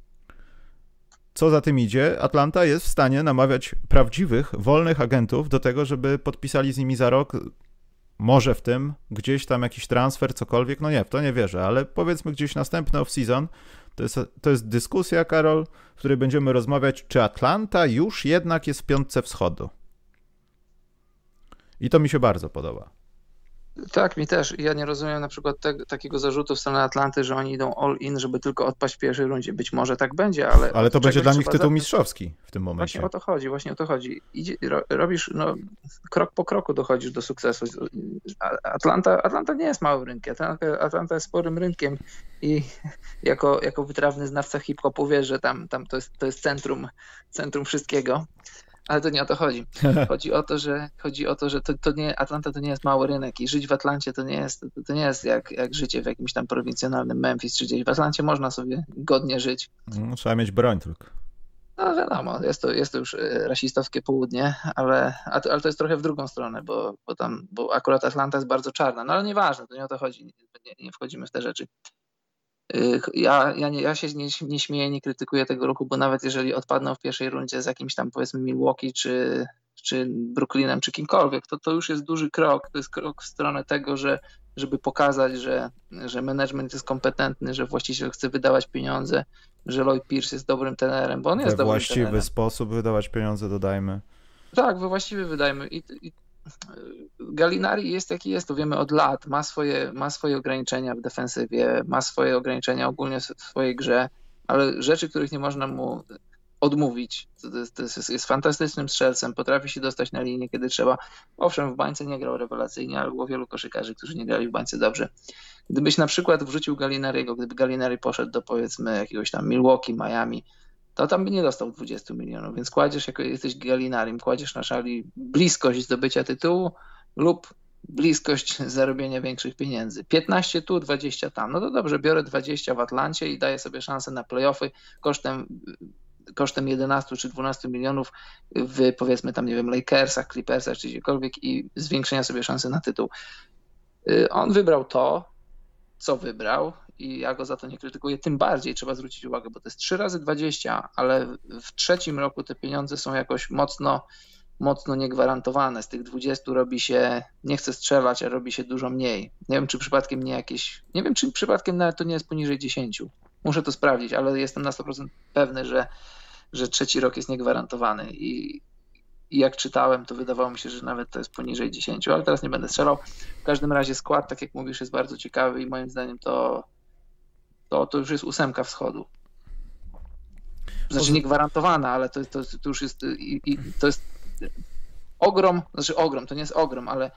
Co za tym idzie, Atlanta jest w stanie namawiać prawdziwych, wolnych agentów do tego, żeby podpisali z nimi za rok, może w tym, gdzieś tam jakiś transfer, cokolwiek, no nie, w to nie wierzę, ale powiedzmy gdzieś następny off-season, to jest dyskusja, Karol, w której będziemy rozmawiać, czy Atlanta już jednak jest w piątce wschodu. I to mi się bardzo podoba. Tak, mi też. Ja nie rozumiem na przykład takiego zarzutu w stronę Atlanty, że oni idą all in, żeby tylko odpaść w pierwszej rundzie. Być może tak będzie, ale... Ale to będzie dla nich tytuł mistrzowski w tym momencie. Właśnie o to chodzi. Robisz, krok po kroku dochodzisz do sukcesu. Atlanta nie jest małym rynkiem. Atlanta jest sporym rynkiem i jako wytrawny znawca hip-hopu wiesz, że tam to jest centrum wszystkiego. Ale to nie o to chodzi. Chodzi o to, że Atlanta to nie jest mały rynek i żyć w Atlancie to nie jest jak życie w jakimś tam prowincjonalnym Memphis czy gdzieś. W Atlancie można sobie godnie żyć. No, trzeba mieć broń tylko. No wiadomo, jest to już rasistowskie południe, ale to jest trochę w drugą stronę, bo akurat Atlanta jest bardzo czarna. No ale nieważne, to nie o to chodzi. Nie wchodzimy w te rzeczy. Ja się nie śmieję, nie krytykuję tego ruchu, bo nawet jeżeli odpadną w pierwszej rundzie z jakimś tam powiedzmy Milwaukee czy Brooklynem czy kimkolwiek, to już jest duży krok. To jest krok w stronę tego, żeby pokazać, że management jest kompetentny, że właściciel chce wydawać pieniądze, że Lloyd Pierce jest dobrym trenerem, bo on jest dobrym trenerem. We właściwy sposób wydawać pieniądze, dodajmy. Tak, we właściwy wydajmy. I Gallinari jest jaki jest, to wiemy od lat, ma swoje ograniczenia w defensywie, ma swoje ograniczenia ogólnie w swojej grze, ale rzeczy, których nie można mu odmówić. Jest fantastycznym strzelcem, potrafi się dostać na linię, kiedy trzeba. Owszem, w bańce nie grał rewelacyjnie, ale było wielu koszykarzy, którzy nie grali w bańce dobrze. Gdybyś na przykład wrzucił Gallinariego, gdyby Gallinari poszedł do powiedzmy jakiegoś tam Milwaukee, Miami, to tam by nie dostał 20 milionów, więc kładziesz, jako jesteś Gallinarim, kładziesz na szali bliskość zdobycia tytułu lub bliskość zarobienia większych pieniędzy. 15 tu, 20 tam. No to dobrze, biorę 20 w Atlancie i daję sobie szansę na playoffy kosztem 11 czy 12 milionów w powiedzmy tam, nie wiem, Lakersach, Clippersach czy gdziekolwiek i zwiększenia sobie szansy na tytuł. On wybrał to, co wybrał i ja go za to nie krytykuję, tym bardziej trzeba zwrócić uwagę, bo to jest 3 razy 20, ale w trzecim roku te pieniądze są jakoś mocno niegwarantowane. Z tych 20 robi się, nie chcę strzelać, a robi się dużo mniej. Nie wiem, czy przypadkiem nawet to nie jest poniżej 10. Muszę to sprawdzić, ale jestem na 100% pewny, że trzeci rok jest niegwarantowany i jak czytałem, to wydawało mi się, że nawet to jest poniżej 10, ale teraz nie będę strzelał. W każdym razie skład, tak jak mówisz, jest bardzo ciekawy i moim zdaniem to już jest 8 wschodu. Znaczy niegwarantowana, ale to już jest to jest ogrom, to nie jest ogrom, ale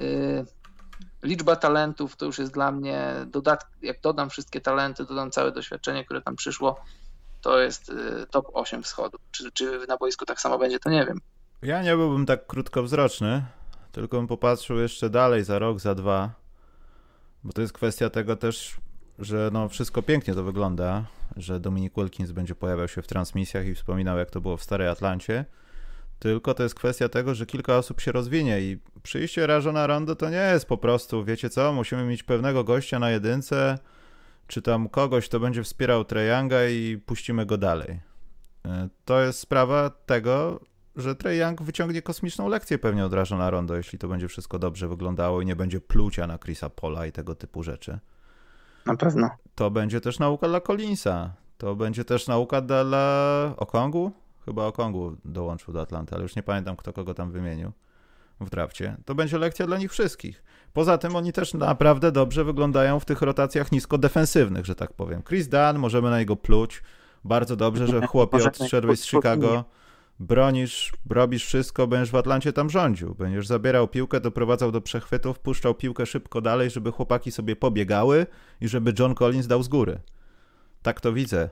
liczba talentów to już jest dla mnie jak dodam wszystkie talenty, dodam całe doświadczenie, które tam przyszło, to jest top 8 wschodu. Czy na boisku tak samo będzie, to nie wiem. Ja nie byłbym tak krótkowzroczny, tylko bym popatrzył jeszcze dalej, za rok, za 2, bo to jest kwestia tego też, że no wszystko pięknie to wygląda, że Dominic Wilkins będzie pojawiał się w transmisjach i wspominał, jak to było w starej Atlancie, tylko to jest kwestia tego, że kilka osób się rozwinie i przyjście Rajona Rondo to nie jest po prostu, wiecie co, musimy mieć pewnego gościa na jedynce, czy tam kogoś, kto będzie wspierał Trae Younga i puścimy go dalej. To jest sprawa tego, że Trae Young wyciągnie kosmiczną lekcję pewnie od Rajona Rondo, jeśli to będzie wszystko dobrze wyglądało i nie będzie plucia na Chrisa Paula i tego typu rzeczy. Na pewno. To będzie też nauka dla Collinsa. To będzie też nauka dla Okongu. Chyba Okongu dołączył do Atlanty, ale już nie pamiętam, kto kogo tam wymienił w drafcie. To będzie lekcja dla nich wszystkich. Poza tym oni też naprawdę dobrze wyglądają w tych rotacjach nisko defensywnych, że tak powiem. Chris Dunn, możemy na niego pluć. Bardzo dobrze, że chłopie odszedłeś z Chicago. Bronisz, robisz wszystko, będziesz w Atlancie tam rządził. Będziesz zabierał piłkę, doprowadzał do przechwytów, puszczał piłkę szybko dalej, żeby chłopaki sobie pobiegały i żeby John Collins dał z góry. Tak to widzę.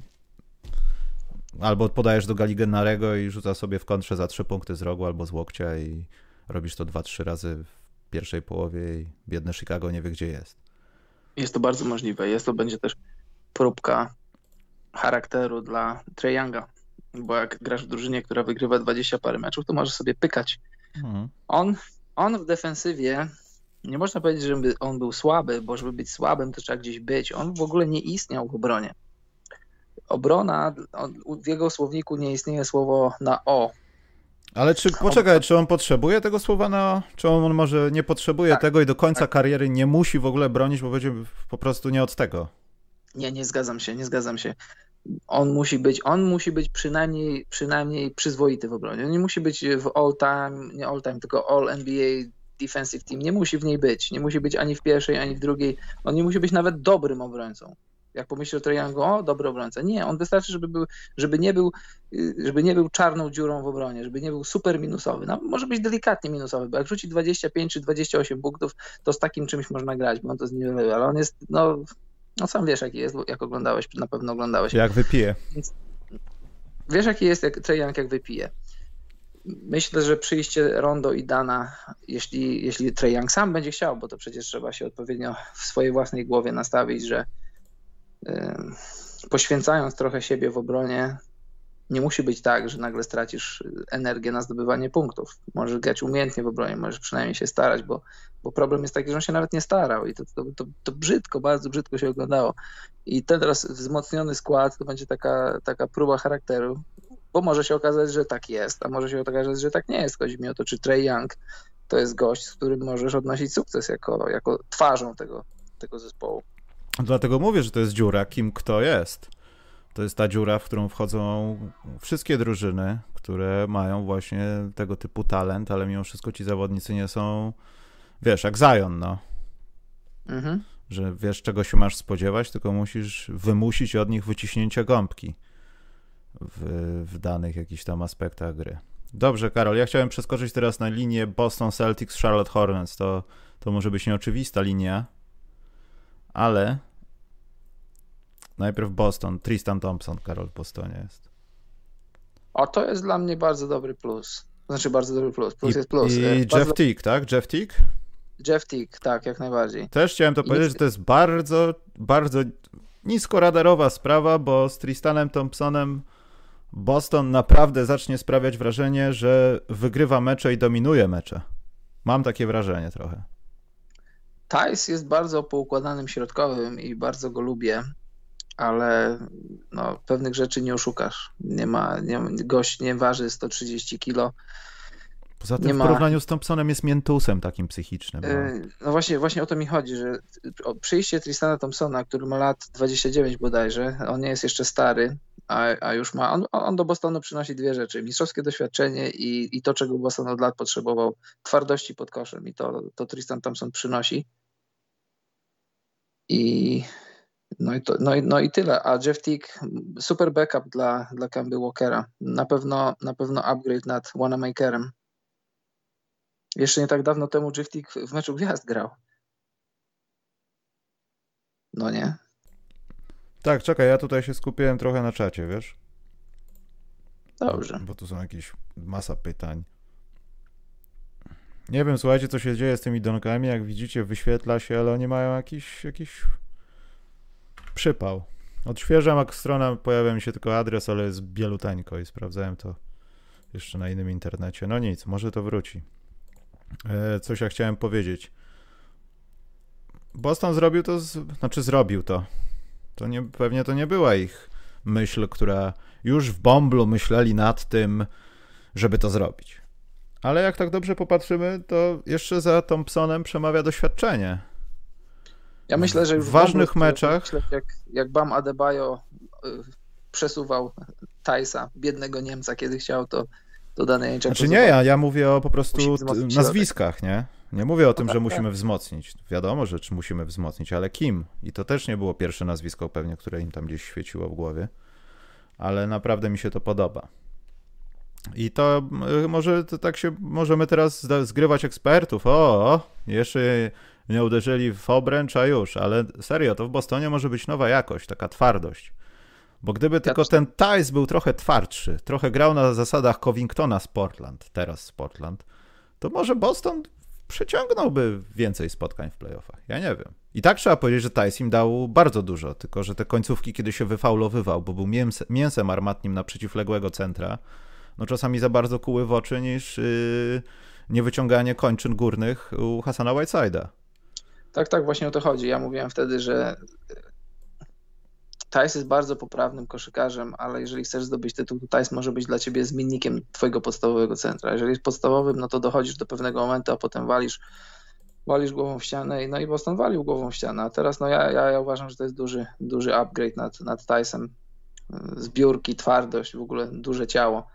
Albo podajesz do Gallinariego i rzuca sobie w kontrze za 3 punkty z rogu albo z łokcia i robisz to 2-3 razy w pierwszej połowie i biedne Chicago nie wie, gdzie jest. Jest to bardzo możliwe. To będzie też próbka charakteru dla Trae Younga. bo jak grasz w drużynie, która wygrywa 20 parę meczów, to możesz sobie pykać. On w defensywie, nie można powiedzieć, że on był słaby, bo żeby być słabym, to trzeba gdzieś być. On w ogóle nie istniał w obronie. Obrona, w jego słowniku nie istnieje słowo na o. Ale poczekaj, czy on potrzebuje tego słowa na o? Czy on może nie potrzebuje tego i do końca kariery nie musi w ogóle bronić, bo będzie po prostu nie od tego? Nie zgadzam się. On musi być przynajmniej przyzwoity w obronie. On nie musi być w all time, tylko all NBA defensive team. Nie musi w niej być. Nie musi być ani w pierwszej, ani w drugiej. On nie musi być nawet dobrym obrońcą. Jak pomyślisz o Trae Youngu, o, dobry obrońca. Nie, on wystarczy, żeby nie był czarną dziurą w obronie, żeby nie był super minusowy. No, może być delikatnie minusowy, bo jak rzuci 25 czy 28 punktów, to z takim czymś można grać, bo on to zniweluje, ale on jest, no sam wiesz jaki jest, jak oglądałeś, na pewno oglądałeś. Jak wypije. Wiesz jaki jest Trae Young, jak wypije. Myślę, że przyjście Rondo i Dana, jeśli Trae Young sam będzie chciał, bo to przecież trzeba się odpowiednio w swojej własnej głowie nastawić, że poświęcając trochę siebie w obronie, nie musi być tak, że nagle stracisz energię na zdobywanie punktów. Możesz grać umiejętnie w obronie, możesz przynajmniej się starać, bo problem jest taki, że on się nawet nie starał i to brzydko, bardzo brzydko się oglądało. I teraz wzmocniony skład to będzie taka próba charakteru, bo może się okazać, że tak jest, a może się okazać, że tak nie jest. Chodzi mi o to, czy Trae Young to jest gość, z którym możesz odnosić sukces jako twarzą tego zespołu. Dlatego mówię, że to jest dziura, kim kto jest. To jest ta dziura, w którą wchodzą wszystkie drużyny, które mają właśnie tego typu talent, ale mimo wszystko ci zawodnicy nie są, wiesz, jak Zion, no. Mhm. Że wiesz, czego się masz spodziewać, tylko musisz wymusić od nich wyciśnięcie gąbki w danych jakichś tam aspektach gry. Dobrze, Karol, ja chciałem przeskoczyć teraz na linię Boston Celtics, Charlotte Hornets. To może być nieoczywista linia, ale najpierw Boston. Tristan Thompson, Karol, w Bostonie jest. O, to jest dla mnie bardzo dobry plus. Znaczy bardzo dobry plus. Plus jest plus. I Jeff Teague, tak? Jeff Teague? Jeff Teague, tak, jak najbardziej. Też chciałem to powiedzieć, że to jest bardzo, bardzo niskoradarowa sprawa, bo z Tristanem Thompsonem Boston naprawdę zacznie sprawiać wrażenie, że wygrywa mecze i dominuje mecze. Mam takie wrażenie trochę. Tice jest bardzo poukładanym środkowym i bardzo go lubię, ale no, pewnych rzeczy nie oszukasz. Gość nie waży 130 kilo. Poza tym w porównaniu z Thompsonem jest miętusem takim psychicznym. No właśnie o to mi chodzi, że przyjście Tristana Thompsona, który ma lat 29 bodajże, on nie jest jeszcze stary, a już ma, on do Bostonu przynosi dwie rzeczy, mistrzowskie doświadczenie i to, czego Boston od lat potrzebował, twardości pod koszem i to Tristan Thompson przynosi. No i tyle, a Jeff Teague super backup dla Kemby Walkera, na pewno upgrade nad Wanamakerem. Jeszcze nie tak dawno temu Jeff Teague w meczu gwiazd grał. No nie? Tak, czekaj, ja tutaj się skupiłem trochę na czacie, wiesz? Dobrze. Bo tu są jakieś masa pytań. Nie wiem, słuchajcie, co się dzieje z tymi donkami, jak widzicie, wyświetla się, ale oni mają jakiś przypał. Odświeżam, jak strona, pojawia mi się tylko adres, ale jest bieluteńko i sprawdzałem to jeszcze na innym internecie. No nic, może to wróci. Coś ja chciałem powiedzieć. Boston zrobił to, zrobił to. Pewnie to nie była ich myśl, która już w bąblu myśleli nad tym, żeby to zrobić. Ale jak tak dobrze popatrzymy, to jeszcze za Thompsonem przemawia doświadczenie. Ja myślę, że już w ważnych meczach... Jak Bam Adebayo przesuwał Tice'a, biednego Niemca, kiedy chciał, to Daniejczyk... Znaczy nie, ja mówię o po prostu nazwiskach, nie? Nie mówię o tym, że musimy wzmocnić. Wiadomo, że musimy wzmocnić, ale kim? I to też nie było pierwsze nazwisko pewnie, które im tam gdzieś świeciło w głowie. Ale naprawdę mi się to podoba. I może tak się możemy teraz zgrywać ekspertów. Jeszcze nie uderzyli w obręcz, a już. Ale serio, to w Bostonie może być nowa jakość, taka twardość. Bo gdyby tylko ten Tice był trochę twardszy, trochę grał na zasadach Covingtona teraz z Portland, to może Boston przeciągnąłby więcej spotkań w playoffach. Ja nie wiem. I tak trzeba powiedzieć, że Tice im dał bardzo dużo, tylko że te końcówki, kiedy się wyfaulowywał, bo był mięsem armatnim na przeciwległego centra, no czasami za bardzo kuły w oczy niż niewyciąganie kończyn górnych u Hassana Whiteside'a. Tak, właśnie o to chodzi. Ja mówiłem wtedy, że Tice jest bardzo poprawnym koszykarzem, ale jeżeli chcesz zdobyć tytuł, to Tice może być dla ciebie zmiennikiem twojego podstawowego centra. Jeżeli jest podstawowym, no to dochodzisz do pewnego momentu, a potem walisz głową w ścianę i Boston walił głową w ścianę. A teraz no ja uważam, że to jest duży upgrade nad Tice'em. Zbiórki, twardość, w ogóle duże ciało.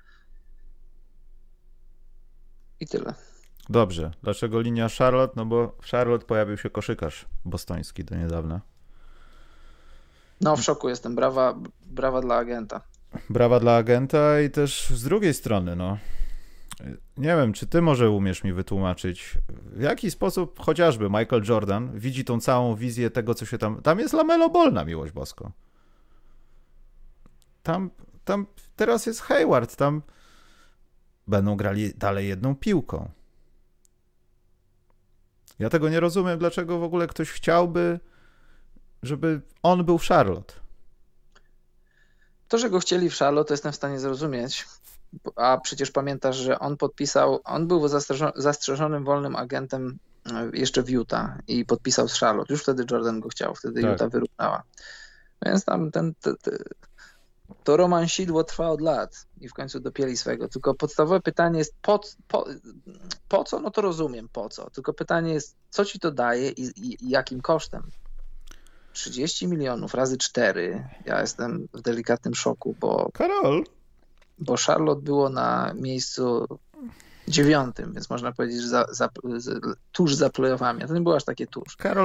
I tyle. Dobrze. Dlaczego linia Charlotte? No bo w Charlotte pojawił się koszykarz bostoński do niedawna. No w szoku jestem. Brawa dla agenta. Brawa dla agenta i też z drugiej strony, no. Nie wiem, czy ty może umiesz mi wytłumaczyć, w jaki sposób chociażby Michael Jordan widzi tą całą wizję tego, co się tam... Tam jest LaMelo Ball, na miłość boską. Tam teraz jest Hayward, tam będą grali dalej jedną piłką. Ja tego nie rozumiem, dlaczego w ogóle ktoś chciałby, żeby on był w Charlotte. To, że go chcieli w Charlotte, to jestem w stanie zrozumieć, a przecież pamiętasz, że on był zastrzeżonym wolnym agentem jeszcze w Utah i podpisał z Charlotte. Już wtedy Jordan go chciał, wtedy tak. Utah wyrównała. Więc tam to romansidło trwa od lat i w końcu dopięli swego. Tylko podstawowe pytanie jest po co? No to rozumiem po co. Tylko pytanie jest, co ci to daje i jakim kosztem? 30 milionów razy 4. Ja jestem w delikatnym szoku, bo Charlotte było na miejscu 9, więc można powiedzieć, że tuż za playoffami. A to nie było aż takie tuż. Karol,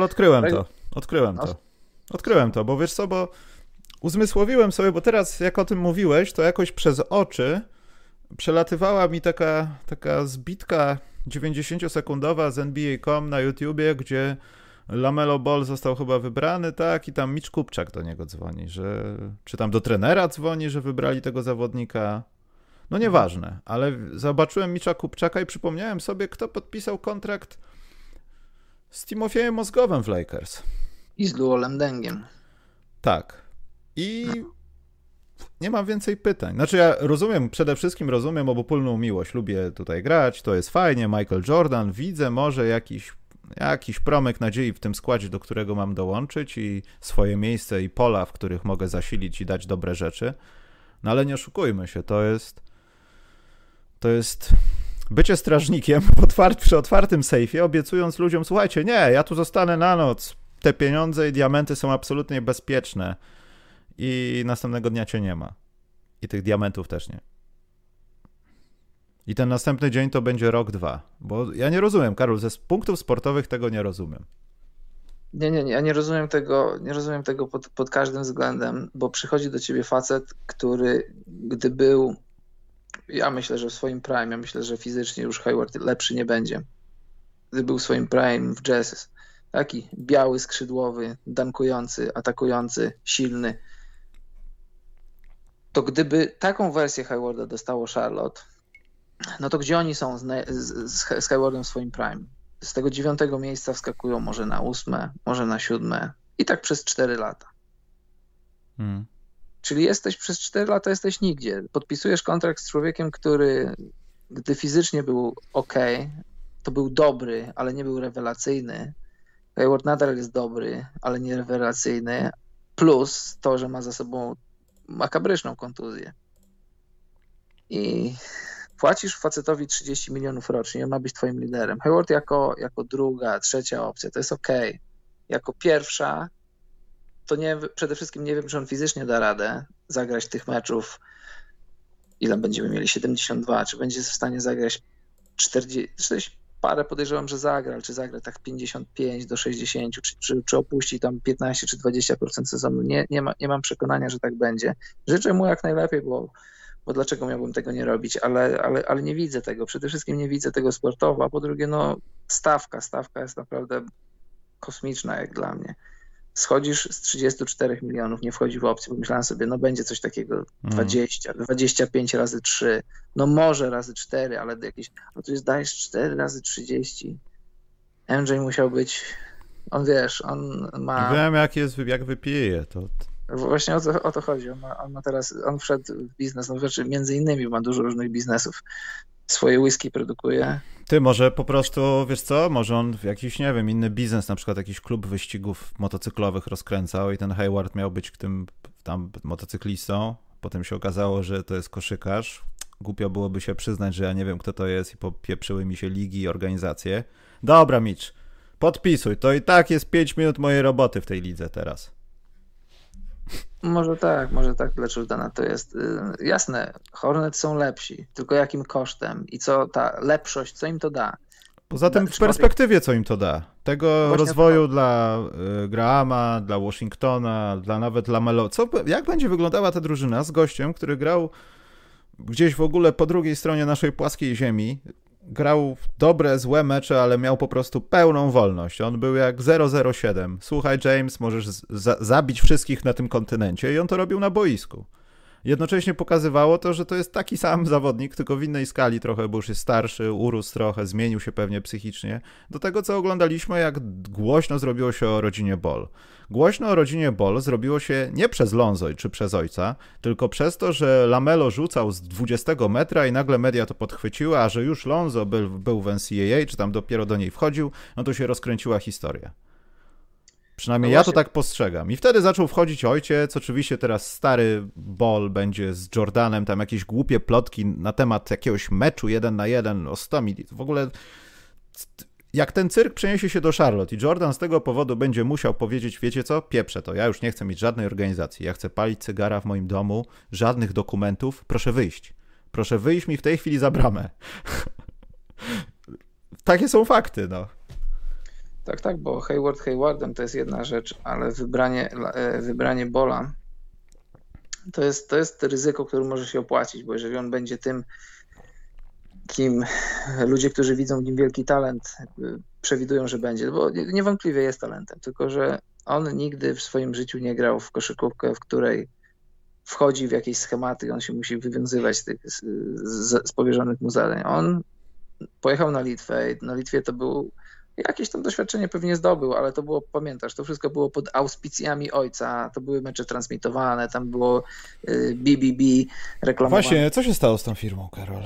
odkryłem to, bo wiesz co, bo uzmysłowiłem sobie, bo teraz jak o tym mówiłeś, to jakoś przez oczy przelatywała mi taka zbitka 90-sekundowa z NBA.com na YouTubie, gdzie LaMelo Ball został chyba wybrany, tak, i tam Mitch Kupczak do niego dzwoni, czy tam do trenera dzwoni, że wybrali tego zawodnika. No nieważne, ale zobaczyłem Mitcha Kupczaka i przypomniałem sobie, kto podpisał kontrakt z Timofejem Mozgovem w Lakers. I z Luolem Dengiem. Tak. I nie mam więcej pytań. Znaczy ja przede wszystkim rozumiem obopólną miłość. Lubię tutaj grać, to jest fajnie, Michael Jordan, widzę może jakiś promyk nadziei w tym składzie, do którego mam dołączyć i swoje miejsce i pola, w których mogę zasilić i dać dobre rzeczy. No ale nie oszukujmy się, to jest bycie strażnikiem przy otwartym sejfie, obiecując ludziom, słuchajcie, nie, ja tu zostanę na noc, te pieniądze i diamenty są absolutnie bezpieczne i następnego dnia cię nie ma. I tych diamentów też nie. I ten następny dzień to będzie rok, 2. Bo ja nie rozumiem, Karol, ze punktów sportowych tego nie rozumiem. Nie, ja nie rozumiem tego pod każdym względem, bo przychodzi do ciebie facet, który gdy był, ja myślę, że w swoim prime, ja myślę, że fizycznie już Hayward lepszy nie będzie. Gdy był w swoim prime w Jazz, taki biały, skrzydłowy, dankujący, atakujący, silny, to gdyby taką wersję Haywarda dostało Charlotte, no to gdzie oni są z Haywardem w swoim prime? Z tego 9 miejsca wskakują może na 8, może na 7 i tak przez 4 lata. Czyli przez 4 lata jesteś nigdzie. Podpisujesz kontrakt z człowiekiem, który gdy fizycznie był ok, to był dobry, ale nie był rewelacyjny. Hayward nadal jest dobry, ale nie rewelacyjny. Plus to, że ma za sobą makabryczną kontuzję. I płacisz facetowi 30 milionów rocznie, on ma być twoim liderem. Hayward jako druga, trzecia opcja, to jest okej. Jako pierwsza, to przede wszystkim nie wiem, czy on fizycznie da radę zagrać tych meczów, ile będziemy mieli, 72, czy będzie w stanie zagrać 40 parę, podejrzewam, że zagra, ale czy zagra tak 55 do 60, czy opuści tam 15 czy 20% sezonu, nie mam przekonania, że tak będzie. Życzę mu jak najlepiej, bo dlaczego miałbym tego nie robić, ale nie widzę tego. Przede wszystkim nie widzę tego sportowo, a po drugie, no stawka jest naprawdę kosmiczna jak dla mnie. Schodzisz z 34 milionów, nie wchodzi w opcję, pomyślałem sobie, no będzie coś takiego 20, 25 razy 3, no może razy 4, ale tu jest dajesz 4 razy 30. MJ musiał być On wiesz, on ma... Wiem jak wypije, to... Właśnie o to chodzi. On ma teraz, on wszedł w biznes, no znaczy między innymi ma dużo różnych biznesów. Swoje whisky produkuje. Ty, może po prostu, wiesz co, może on w jakiś, nie wiem, inny biznes, na przykład jakiś klub wyścigów motocyklowych rozkręcał i ten Hayward miał być tym tam motocyklistą. Potem się okazało, że to jest koszykarz. Głupio byłoby się przyznać, że ja nie wiem, kto to jest i popieprzyły mi się ligi i organizacje. Dobra, Mitch, podpisuj, to i tak jest 5 minut mojej roboty w tej lidze teraz. Może tak dla Jordana to jest. Jasne, Hornets są lepsi, tylko jakim kosztem i co ta lepszość, co im to da? Poza tym w perspektywie co im to da? Tego właśnie rozwoju dla Grahama, dla Washingtona, nawet dla Melo. Jak będzie wyglądała ta drużyna z gościem, który grał gdzieś w ogóle po drugiej stronie naszej płaskiej ziemi, grał dobre, złe mecze, ale miał po prostu pełną wolność. On był jak 007. Słuchaj, James, możesz zabić wszystkich na tym kontynencie i on to robił na boisku. Jednocześnie pokazywało to, że to jest taki sam zawodnik, tylko w innej skali trochę, bo już jest starszy, urósł trochę, zmienił się pewnie psychicznie. Do tego, co oglądaliśmy, jak głośno zrobiło się o rodzinie Ball. Głośno o rodzinie Ball zrobiło się nie przez Lonzo czy przez ojca, tylko przez to, że LaMelo rzucał z 20 metra i nagle media to podchwyciły, a że już Lonzo był w NCAA, czy tam dopiero do niej wchodził, no to się rozkręciła historia. Przynajmniej ja to tak postrzegam. I wtedy zaczął wchodzić ojciec. Oczywiście teraz stary Ball będzie z Jordanem, tam jakieś głupie plotki na temat jakiegoś meczu 1-1 o 100 mil. W ogóle jak ten cyrk przeniesie się do Charlotte i Jordan z tego powodu będzie musiał powiedzieć, wiecie co, pieprzę to, ja już nie chcę mieć żadnej organizacji, ja chcę palić cygara w moim domu, żadnych dokumentów, proszę wyjść. Proszę wyjść mi w tej chwili za bramę. Takie są fakty, no. Tak, bo Haywardem to jest jedna rzecz, ale wybranie Bola to jest ryzyko, które może się opłacić, bo jeżeli on będzie tym, kim ludzie, którzy widzą w nim wielki talent, przewidują, że będzie, bo niewątpliwie jest talentem, tylko że on nigdy w swoim życiu nie grał w koszykówkę, w której wchodzi w jakieś schematy i on się musi wywiązywać z powierzonych mu zadań. On pojechał na Litwę i na Litwie to był jakieś tam doświadczenie pewnie zdobył, ale to było, pamiętasz, to wszystko było pod auspicjami ojca, to były mecze transmitowane, tam było BBB reklamowane. Właśnie, co się stało z tą firmą, Karol?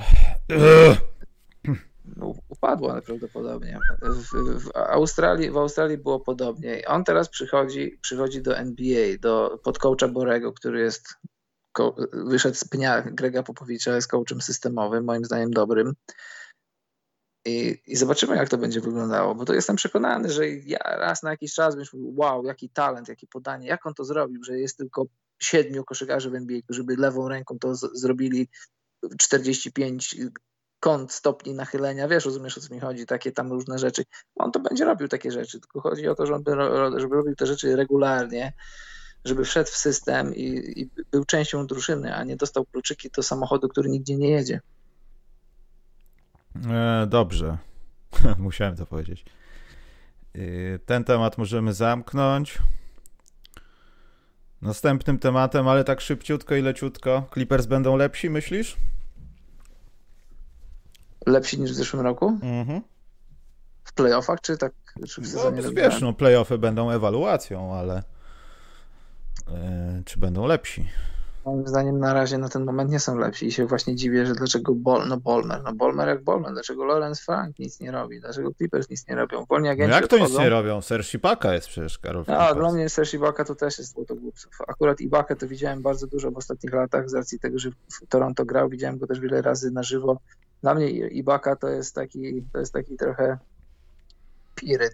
No, upadła najprawdopodobnie. W Australii było podobnie. On teraz przychodzi do NBA, pod coacha Borego, który wyszedł z pnia Grega Popowicza, jest coachem systemowym, moim zdaniem dobrym. I zobaczymy, jak to będzie wyglądało, bo to jestem przekonany, że ja raz na jakiś czas będę mówił, wow, jaki talent, jakie podanie, jak on to zrobił, że jest tylko 7 koszykarzy w NBA, którzy by lewą ręką to zrobili 45 stopni nachylenia, wiesz, rozumiesz, o co mi chodzi, takie tam różne rzeczy. On to będzie robił takie rzeczy, tylko chodzi o to, żeby robił te rzeczy regularnie, żeby wszedł w system i był częścią drużyny, a nie dostał kluczyki do samochodu, który nigdzie nie jedzie. Dobrze, musiałem to powiedzieć. Ten temat możemy zamknąć. Następnym tematem, ale tak szybciutko i leciutko. Clippers będą lepsi, myślisz? Lepsi niż w zeszłym roku? Mhm. W playoffach, czy tak? Czy w sezonie wiesz, no playoffy będą ewaluacją, ale czy będą lepsi? Moim zdaniem na razie na ten moment nie są lepsi i się właśnie dziwię, że dlaczego Ballmer jak Ballmer, dlaczego Lawrence Frank nic nie robi, dlaczego Clippers nic nie robią, wolni agenci jak to odchodzą. Nic nie robią? Serge Ibaka jest przecież, Karol. Dla mnie Serge Ibaka to też jest złotogłupców. Akurat Ibakę to widziałem bardzo dużo w ostatnich latach z racji tego, że w Toronto grał, widziałem go też wiele razy na żywo. Dla mnie Ibaka to jest taki trochę piryt.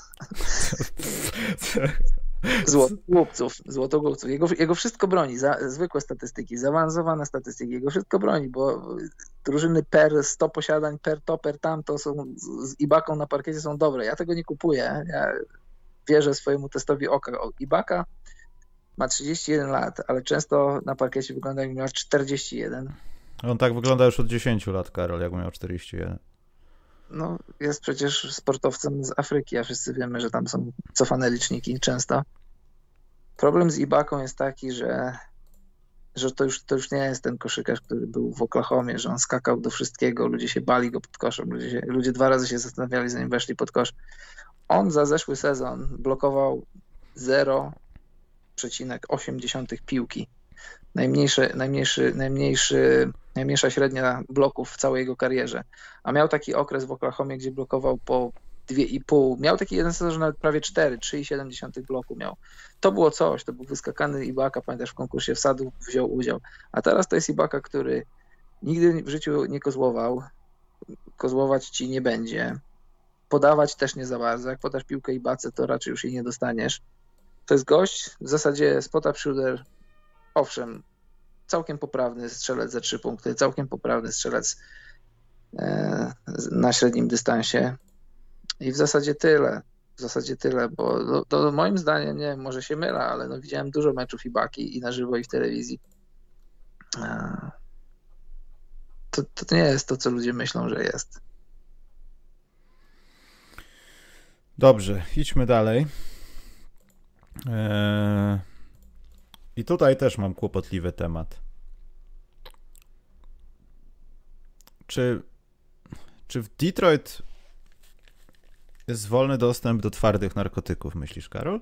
Złotogłupców. Jego wszystko broni, zwykłe statystyki, zaawansowane statystyki, jego wszystko broni, bo drużyny per 100 posiadań, per to, per tamto są z Ibaką na parkiecie są dobre. Ja tego nie kupuję. Ja wierzę swojemu testowi oka. Ibaka ma 31 lat, ale często na parkiecie wygląda jakby miał 41. On tak wygląda już od 10 lat, Karol, jak miał 41. No, jest przecież sportowcem z Afryki, a wszyscy wiemy, że tam są cofane liczniki często. Problem z Ibaką jest taki, że to już nie jest ten koszykarz, który był w Oklahomie, że on skakał do wszystkiego, ludzie się bali go pod koszem, ludzie 2 razy się zastanawiali, zanim weszli pod kosz. On za zeszły sezon blokował 0,8 piłki. Najmniejsza średnia bloków w całej jego karierze. A miał taki okres w Oklahomie, gdzie blokował po 2,5. Miał taki jeden sezon, że nawet prawie 3,7 bloku miał. To było coś, to był wyskakany Ibaka, pamiętasz, w konkursie wsadów wziął udział. A teraz to jest Ibaka, który nigdy w życiu nie kozłował. Kozłować ci nie będzie. Podawać też nie za bardzo. Jak podasz piłkę Ibace, to raczej już jej nie dostaniesz. To jest gość, w zasadzie spot-up shooter, owszem, całkiem poprawny strzelec za 3 punkty, całkiem poprawny strzelec na średnim dystansie i w zasadzie tyle, bo to moim zdaniem, nie wiem, może się mylę, ale no widziałem dużo meczów Ibaki i na żywo i w telewizji. To nie jest to, co ludzie myślą, że jest. Dobrze, idźmy dalej. I tutaj też mam kłopotliwy temat. Czy w Detroit jest wolny dostęp do twardych narkotyków, myślisz, Karol?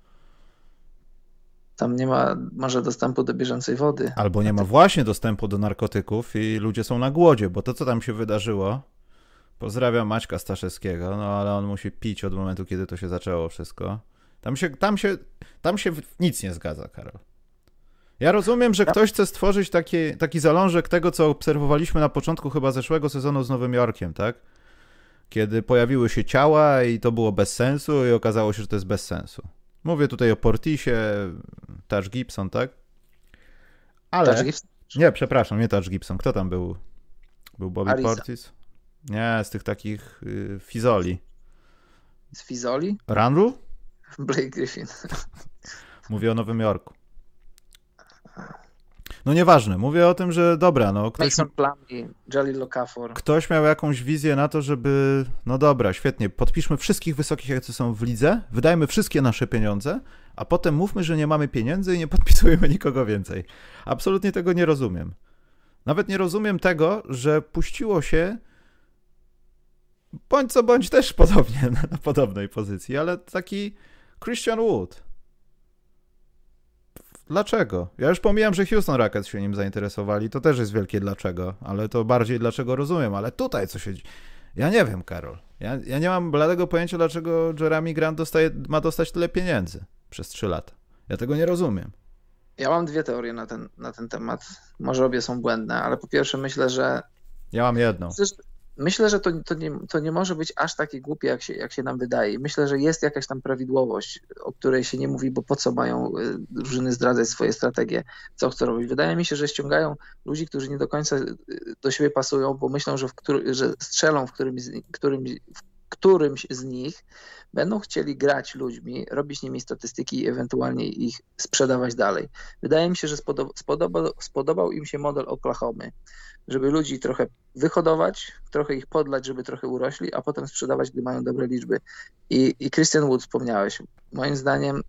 Tam nie ma może dostępu do bieżącej wody. Albo nie ma właśnie dostępu do narkotyków i ludzie są na głodzie, bo to, co tam się wydarzyło, pozdrawiam Maćka Staszewskiego, no ale on musi pić od momentu, kiedy to się zaczęło wszystko. Tam się nic nie zgadza, Karol. Ja rozumiem, że ktoś chce stworzyć taki zalążek tego, co obserwowaliśmy na początku chyba zeszłego sezonu z Nowym Jorkiem, tak? Kiedy pojawiły się ciała i to było bez sensu i okazało się, że to jest bez sensu. Mówię tutaj o Portisie, Taj Gibson, tak? Ale... Taj Gibson? Nie, przepraszam, nie Taj Gibson. Kto tam był? Był Bobby Ariza. Portis? Nie, z tych takich fizoli. Z Fizoli? Randall? Blake Griffin. Mówię o Nowym Jorku. No nieważne, mówię o tym, że dobra, no Mason Plumlee, Jalil Okafor. Ktoś miał jakąś wizję na to, żeby, no dobra, świetnie, podpiszmy wszystkich wysokich, jacy są w lidze, wydajmy wszystkie nasze pieniądze, a potem mówmy, że nie mamy pieniędzy i nie podpisujemy nikogo więcej. Absolutnie tego nie rozumiem. Nawet nie rozumiem tego, że puściło się bądź co bądź też podobnie na podobnej pozycji, ale taki Christian Wood. Dlaczego? Ja już pomijam, że Houston Rockets się nim zainteresowali, to też jest wielkie dlaczego, ale to bardziej dlaczego rozumiem, ale tutaj co się dzieje? Ja nie wiem, Karol. Ja nie mam bladego pojęcia, dlaczego Jeremy Grant ma dostać tyle pieniędzy przez 3 lata. Ja tego nie rozumiem. Ja mam 2 teorie na ten temat. Może obie są błędne, ale po pierwsze myślę, że... Ja mam jedną. Myślę, że to nie może być aż takie głupie, jak się nam wydaje. Myślę, że jest jakaś tam prawidłowość, o której się nie mówi, bo po co mają drużyny zdradzać swoje strategie, co chcą robić. Wydaje mi się, że ściągają ludzi, którzy nie do końca do siebie pasują, bo myślą, że strzelą w którymś z nich, będą chcieli grać ludźmi, robić nimi statystyki i ewentualnie ich sprzedawać dalej. Wydaje mi się, że spodobał im się model Oklahomy, żeby ludzi trochę wyhodować, trochę ich podlać, żeby trochę urośli, a potem sprzedawać, gdy mają dobre liczby. I Christian Wood wspomniałeś. Moim zdaniem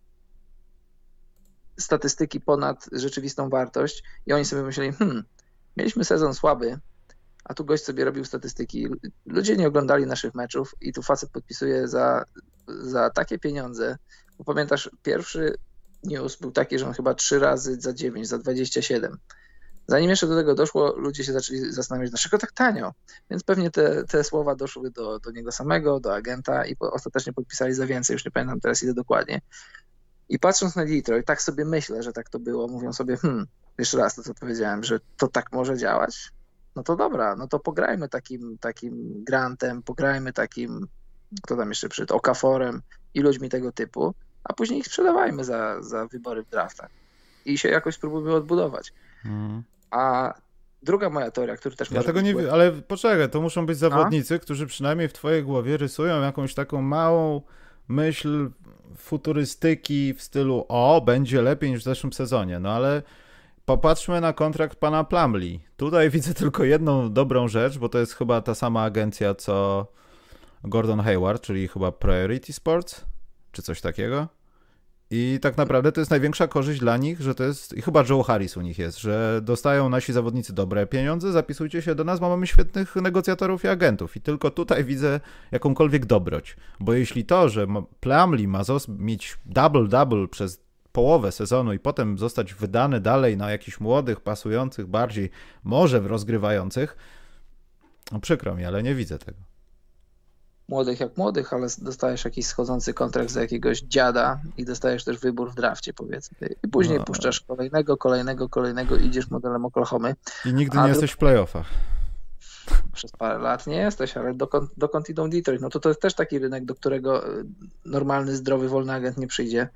statystyki ponad rzeczywistą wartość i oni sobie myśleli, mieliśmy sezon słaby, a tu gość sobie robił statystyki. Ludzie nie oglądali naszych meczów i tu facet podpisuje za takie pieniądze. Bo pamiętasz, pierwszy news był taki, że on chyba 3 razy za 9, za 27. Zanim jeszcze do tego doszło, ludzie się zaczęli zastanawiać, dlaczego tak tanio. Więc pewnie te słowa doszły do niego samego, do agenta i ostatecznie podpisali za więcej. Już nie pamiętam teraz ile dokładnie. I patrząc na Detroit, tak sobie myślę, że tak to było. Mówią sobie, jeszcze raz to, co powiedziałem, że to tak może działać. No to dobra, no to pograjmy takim Grantem, pograjmy takim, kto tam jeszcze przyszedł, Okaforem i ludźmi tego typu, a później ich sprzedawajmy za wybory w draftach i się jakoś spróbujmy odbudować. A druga moja teoria, która też może... Ja tego nie wiem, ale poczekaj, to muszą być zawodnicy, którzy przynajmniej w twojej głowie rysują jakąś taką małą myśl futurystyki w stylu będzie lepiej niż w zeszłym sezonie, no ale popatrzmy na kontrakt pana Plumlee. Tutaj widzę tylko jedną dobrą rzecz, bo to jest chyba ta sama agencja, co Gordon Hayward, czyli chyba Priority Sports, czy coś takiego. I tak naprawdę to jest największa korzyść dla nich, że to jest, i chyba Joe Harris u nich jest, że dostają nasi zawodnicy dobre pieniądze, zapisujcie się do nas, bo mamy świetnych negocjatorów i agentów. I tylko tutaj widzę jakąkolwiek dobroć. Bo jeśli to, że Plumlee ma mieć double przez połowę sezonu i potem zostać wydany dalej na jakichś młodych, pasujących bardziej, może rozgrywających, no przykro mi, ale nie widzę tego. Młodych jak młodych, ale dostajesz jakiś schodzący kontrakt za jakiegoś dziada i dostajesz też wybór w drafcie, powiedzmy. I później puszczasz kolejnego, idziesz modelem Oklahomy. I nigdy nie jesteś w playoffach. Przez parę lat nie jesteś, ale dokąd idą Detroit? No to jest też taki rynek, do którego normalny, zdrowy, wolny agent nie przyjdzie.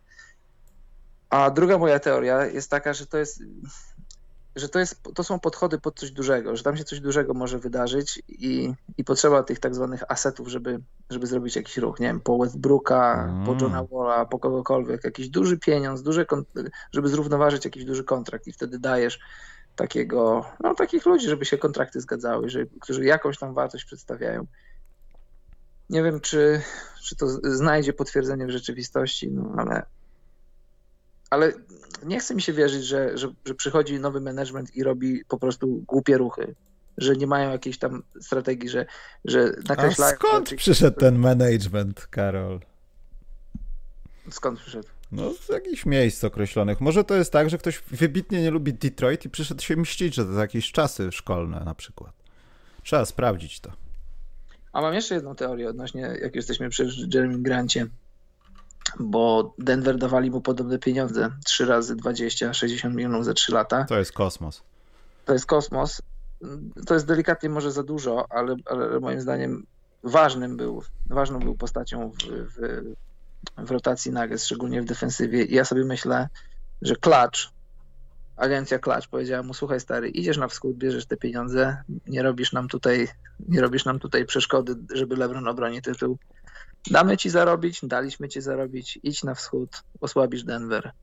A druga moja teoria jest taka, że to są podchody pod coś dużego, że tam się coś dużego może wydarzyć i potrzeba tych tak zwanych asetów, żeby zrobić jakiś ruch, nie wiem, po Westbrooka, po Johna Walla, po kogokolwiek, jakiś duży pieniądz, żeby zrównoważyć jakiś duży kontrakt i wtedy dajesz takich ludzi, żeby się kontrakty zgadzały, którzy jakąś tam wartość przedstawiają. Nie wiem, czy to znajdzie potwierdzenie w rzeczywistości, no ale nie chce mi się wierzyć, że przychodzi nowy management i robi po prostu głupie ruchy, że nie mają jakiejś tam strategii, że nakreślają... A skąd przyszedł ten management, Karol? Skąd przyszedł? No z jakichś miejsc określonych. Może to jest tak, że ktoś wybitnie nie lubi Detroit i przyszedł się mścić, że to jakieś czasy szkolne na przykład. Trzeba sprawdzić to. A mam jeszcze jedną teorię odnośnie, jak jesteśmy przy Jeremy Grancie, bo Denver dawali mu podobne pieniądze, 3 razy 20-60 milionów za 3 lata. To jest kosmos. To jest kosmos. To jest delikatnie może za dużo, ale moim zdaniem ważną był postacią w rotacji Nuggets, szczególnie w defensywie. I ja sobie myślę, że agencja Clutch powiedziała mu: słuchaj stary, idziesz na wschód, bierzesz te pieniądze, nie robisz nam tutaj przeszkody, żeby LeBron obroni tytuł. Daliśmy ci zarobić, idź na wschód, osłabisz Denver.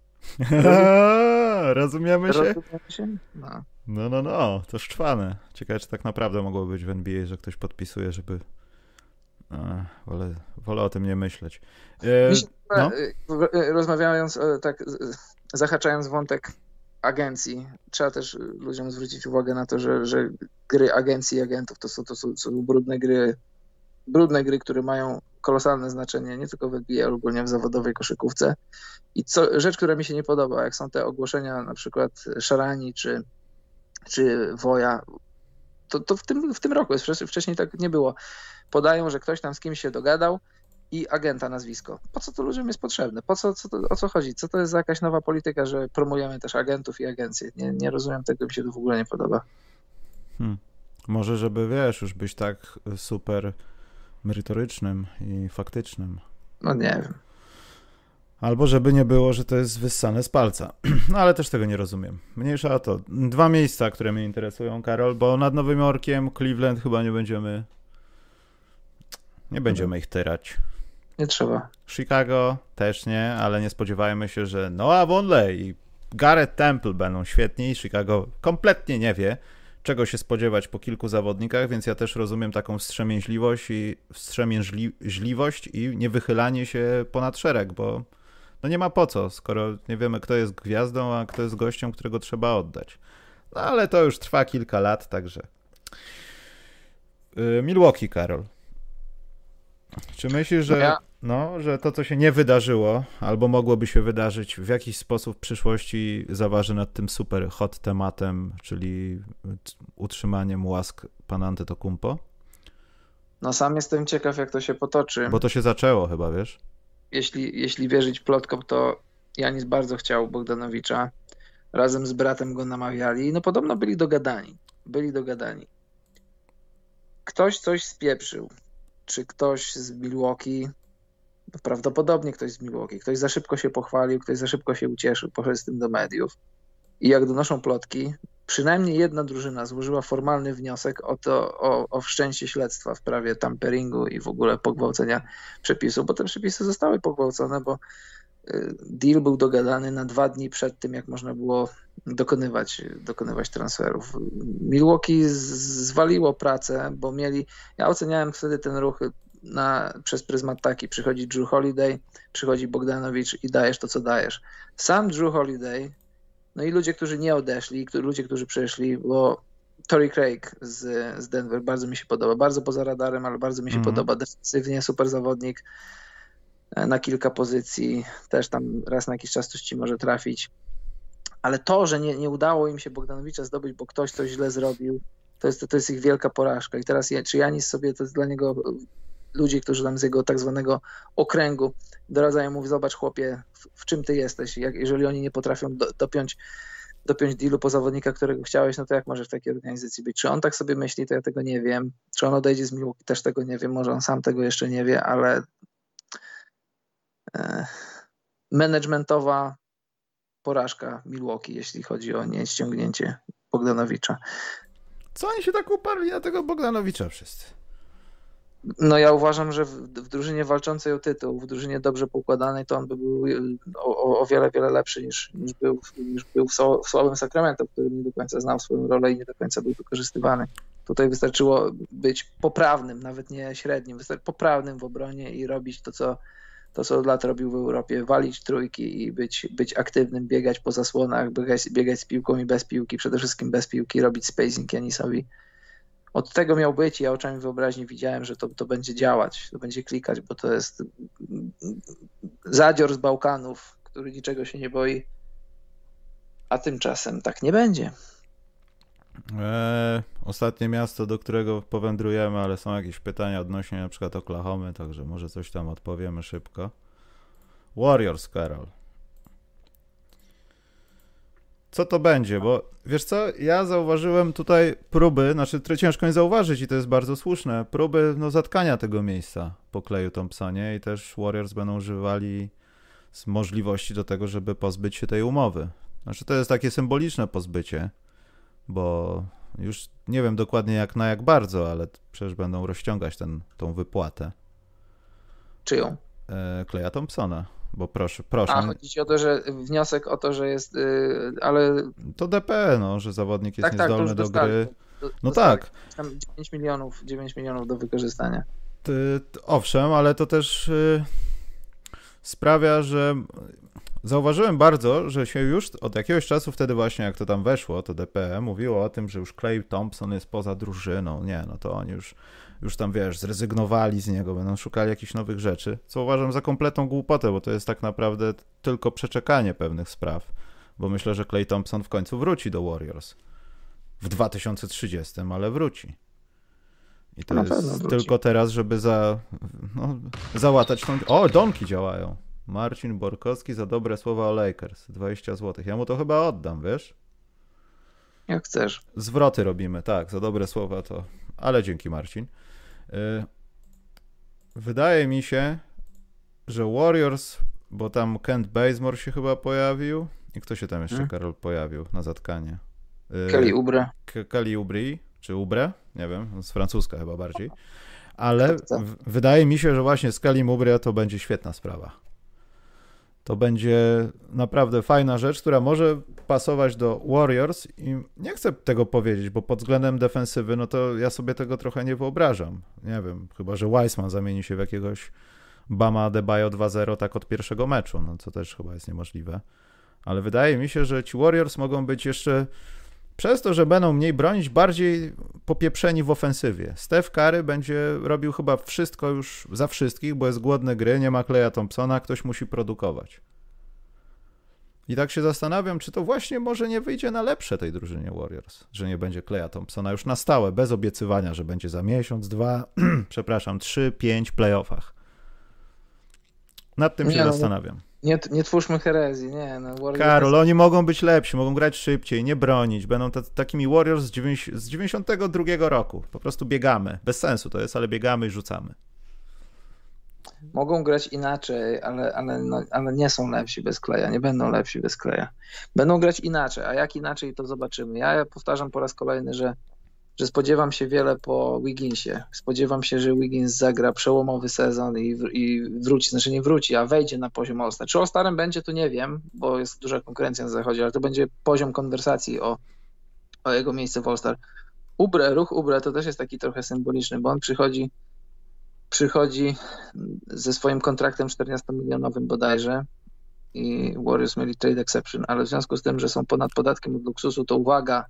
Rozumiemy się? No. To szczwane. Ciekawe, czy tak naprawdę mogłoby być w NBA, że ktoś podpisuje, żeby... Wolę o tym nie myśleć. Rozmawiając, tak zahaczając wątek agencji, trzeba też ludziom zwrócić uwagę na to, że gry agencji i agentów to są brudne gry, które mają kolosalne znaczenie nie tylko w NBA, ale ogólnie w zawodowej koszykówce. I rzecz, która mi się nie podoba, jak są te ogłoszenia na przykład Szarani czy Woja, to w tym roku jest, wcześniej tak nie było. Podają, że ktoś tam z kimś się dogadał i agenta nazwisko. Po co to ludziom jest potrzebne? O co chodzi? Co to jest za jakaś nowa polityka, że promujemy też agentów i agencje? Nie rozumiem tego, mi się to w ogóle nie podoba. Może, żeby już być tak super merytorycznym i faktycznym. No nie wiem. Albo żeby nie było, że to jest wyssane z palca. No ale też tego nie rozumiem. Mniejsza o to. 2 miejsca, które mnie interesują, Karol, bo nad Nowym Jorkiem, Cleveland chyba nie będziemy ich tyrać. Nie trzeba. Chicago też nie, ale nie spodziewajmy się, że Noah Vonleh i Garrett Temple będą świetni. Chicago kompletnie nie wie, czego się spodziewać po kilku zawodnikach, więc ja też rozumiem taką wstrzemięźliwość i niewychylanie się ponad szereg, bo no nie ma po co, skoro nie wiemy, kto jest gwiazdą, a kto jest gościem, którego trzeba oddać. No ale to już trwa kilka lat, także... Milwaukee, Karol. Czy myślisz, że to, co się nie wydarzyło, albo mogłoby się wydarzyć, w jakiś sposób w przyszłości zaważy nad tym super hot tematem, czyli utrzymaniem łask pana Antetokounmpo? No sam jestem ciekaw, jak to się potoczy. Bo to się zaczęło chyba, wiesz? Jeśli wierzyć plotkom, to Janis bardzo chciał Bogdanowicza. Razem z bratem go namawiali. No podobno byli dogadani. Ktoś coś spieprzył. Czy ktoś z Milwaukee, prawdopodobnie ktoś z Milwaukee, ktoś za szybko się pochwalił, ktoś za szybko się ucieszył, poszedł z tym do mediów. I jak donoszą plotki, przynajmniej jedna drużyna złożyła formalny wniosek o wszczęcie śledztwa w sprawie tamperingu i w ogóle pogwałcenia przepisów, bo te przepisy zostały pogwałcone, bo deal był dogadany na 2 dni przed tym, jak można było dokonywać transferów. Milwaukee zwaliło pracę, bo ja oceniałem wtedy ten ruch przez pryzmat taki. Przychodzi Drew Holiday, przychodzi Bogdanowicz i dajesz to, co dajesz. Sam Drew Holiday, no i ludzie, którzy nie odeszli, ludzie, którzy przeszli, bo Torrey Craig z Denver bardzo mi się podoba. Bardzo poza radarem, ale bardzo mi się podoba. Defensywnie super zawodnik na kilka pozycji. Też tam raz na jakiś czas coś ci może trafić. Ale to, że nie udało im się Bogdanowicza zdobyć, bo ktoś coś źle zrobił, to jest ich wielka porażka. I teraz czy Janis sobie, to jest dla niego ludzie, którzy tam z jego tak zwanego okręgu doradzają mu, zobacz chłopie, w czym ty jesteś. Jeżeli oni nie potrafią dopiąć dealu po zawodnika, którego chciałeś, no to jak może w takiej organizacji być? Czy on tak sobie myśli, to ja tego nie wiem. Czy on odejdzie z Milwaukee, też tego nie wiem. Może on sam tego jeszcze nie wie, ale managementowa porażka Milwaukee, jeśli chodzi o nieściągnięcie Bogdanowicza. Co oni się tak uparli na tego Bogdanowicza wszyscy? No ja uważam, że w drużynie walczącej o tytuł, w drużynie dobrze poukładanej, to on by był o wiele, wiele lepszy niż był w słabym Sacramento, w którym nie do końca znał swoją rolę i nie do końca był wykorzystywany. Tutaj wystarczyło być poprawnym, nawet nie średnim, poprawnym w obronie i robić to, co od lat robił w Europie, walić trójki i być aktywnym, biegać po zasłonach, biegać z piłką i bez piłki, przede wszystkim bez piłki, robić spacing Janisowi. Od tego miał być i ja oczami wyobraźni widziałem, że to będzie działać, to będzie klikać, bo to jest zadzior z Bałkanów, który niczego się nie boi, a tymczasem tak nie będzie. Ostatnie miasto, do którego powędrujemy, ale są jakieś pytania odnośnie na przykład Oklahomy, także może coś tam odpowiemy szybko. Warriors, Karol. Co to będzie? Bo wiesz co, ja zauważyłem tutaj próby, ciężko nie zauważyć i to jest bardzo słuszne, próby zatkania tego miejsca po Kleju Thompsonie i też Warriors będą używali z możliwości do tego, żeby pozbyć się tej umowy. To jest takie symboliczne pozbycie, bo już nie wiem dokładnie jak bardzo, ale przecież będą rozciągać tą wypłatę. Czyją? Kleja Thompsona, bo proszę. A, chodzi ci o to, że wniosek o to, że jest, ale... To DP, że zawodnik jest niezdolny do gry. Tak. Tam 9 milionów do wykorzystania. Owszem, ale to też sprawia, że zauważyłem bardzo, że się już od jakiegoś czasu wtedy właśnie, jak to tam weszło, to DP mówiło o tym, że już Klay Thompson jest poza drużyną. Nie, to oni już tam, zrezygnowali z niego, będą szukali jakichś nowych rzeczy, co uważam za kompletną głupotę, bo to jest tak naprawdę tylko przeczekanie pewnych spraw, bo myślę, że Klay Thompson w końcu wróci do Warriors w 2030, ale wróci. I to jest tylko teraz, żeby załatać tą... O, donki działają. Marcin Borkowski za dobre słowa o Lakers. 20 zł. Ja mu to chyba oddam, wiesz? Jak chcesz. Zwroty robimy, tak, za dobre słowa to... Ale dzięki, Marcin. Wydaje mi się, że Warriors, bo tam Kent Bazemore się chyba pojawił. I kto się tam jeszcze, Karol, pojawił na zatkanie? Kelly Oubre. Kelly Oubre, czy Oubre? Nie wiem, z francuska chyba bardziej. Ale wydaje mi się, że właśnie z Kelly Oubre to będzie świetna sprawa. To będzie naprawdę fajna rzecz, która może pasować do Warriors i nie chcę tego powiedzieć, bo pod względem defensywy, to ja sobie tego trochę nie wyobrażam. Nie wiem, chyba że Wiseman zamieni się w jakiegoś Bama Adebayo 2-0 tak od pierwszego meczu, co też chyba jest niemożliwe. Ale wydaje mi się, że ci Warriors mogą być jeszcze, przez to, że będą mniej bronić, bardziej popieprzeni w ofensywie. Steph Curry będzie robił chyba wszystko już za wszystkich, bo jest głodny gry, nie ma Kleja Thompsona, ktoś musi produkować. I tak się zastanawiam, czy to właśnie może nie wyjdzie na lepsze tej drużynie Warriors, że nie będzie Kleja Thompsona już na stałe, bez obiecywania, że będzie za miesiąc, 2, 3, 5 playoffach. Nad tym się zastanawiam. Nie twórzmy herezji, nie. Karol, oni mogą być lepsi, mogą grać szybciej, nie bronić. Będą takimi Warriors z 92 roku. Po prostu biegamy. Bez sensu to jest, ale biegamy i rzucamy. Mogą grać inaczej, ale nie są lepsi bez Kleja. Nie będą lepsi bez Kleja. Będą grać inaczej, a jak inaczej, to zobaczymy. Ja powtarzam po raz kolejny, że spodziewam się wiele po Wigginsie. Spodziewam się, że Wiggins zagra przełomowy sezon i wróci, nie wróci, a wejdzie na poziom All-Star. Czy All-Starem będzie, to nie wiem, bo jest duża konkurencja na zachodzie, ale to będzie poziom konwersacji o jego miejsce w All-Star. Ruch Oubre to też jest taki trochę symboliczny, bo on przychodzi przychodzi ze swoim kontraktem 14-milionowym bodajże i Warriors mieli trade exception, ale w związku z tym, że są ponad podatkiem od luksusu, to uwaga,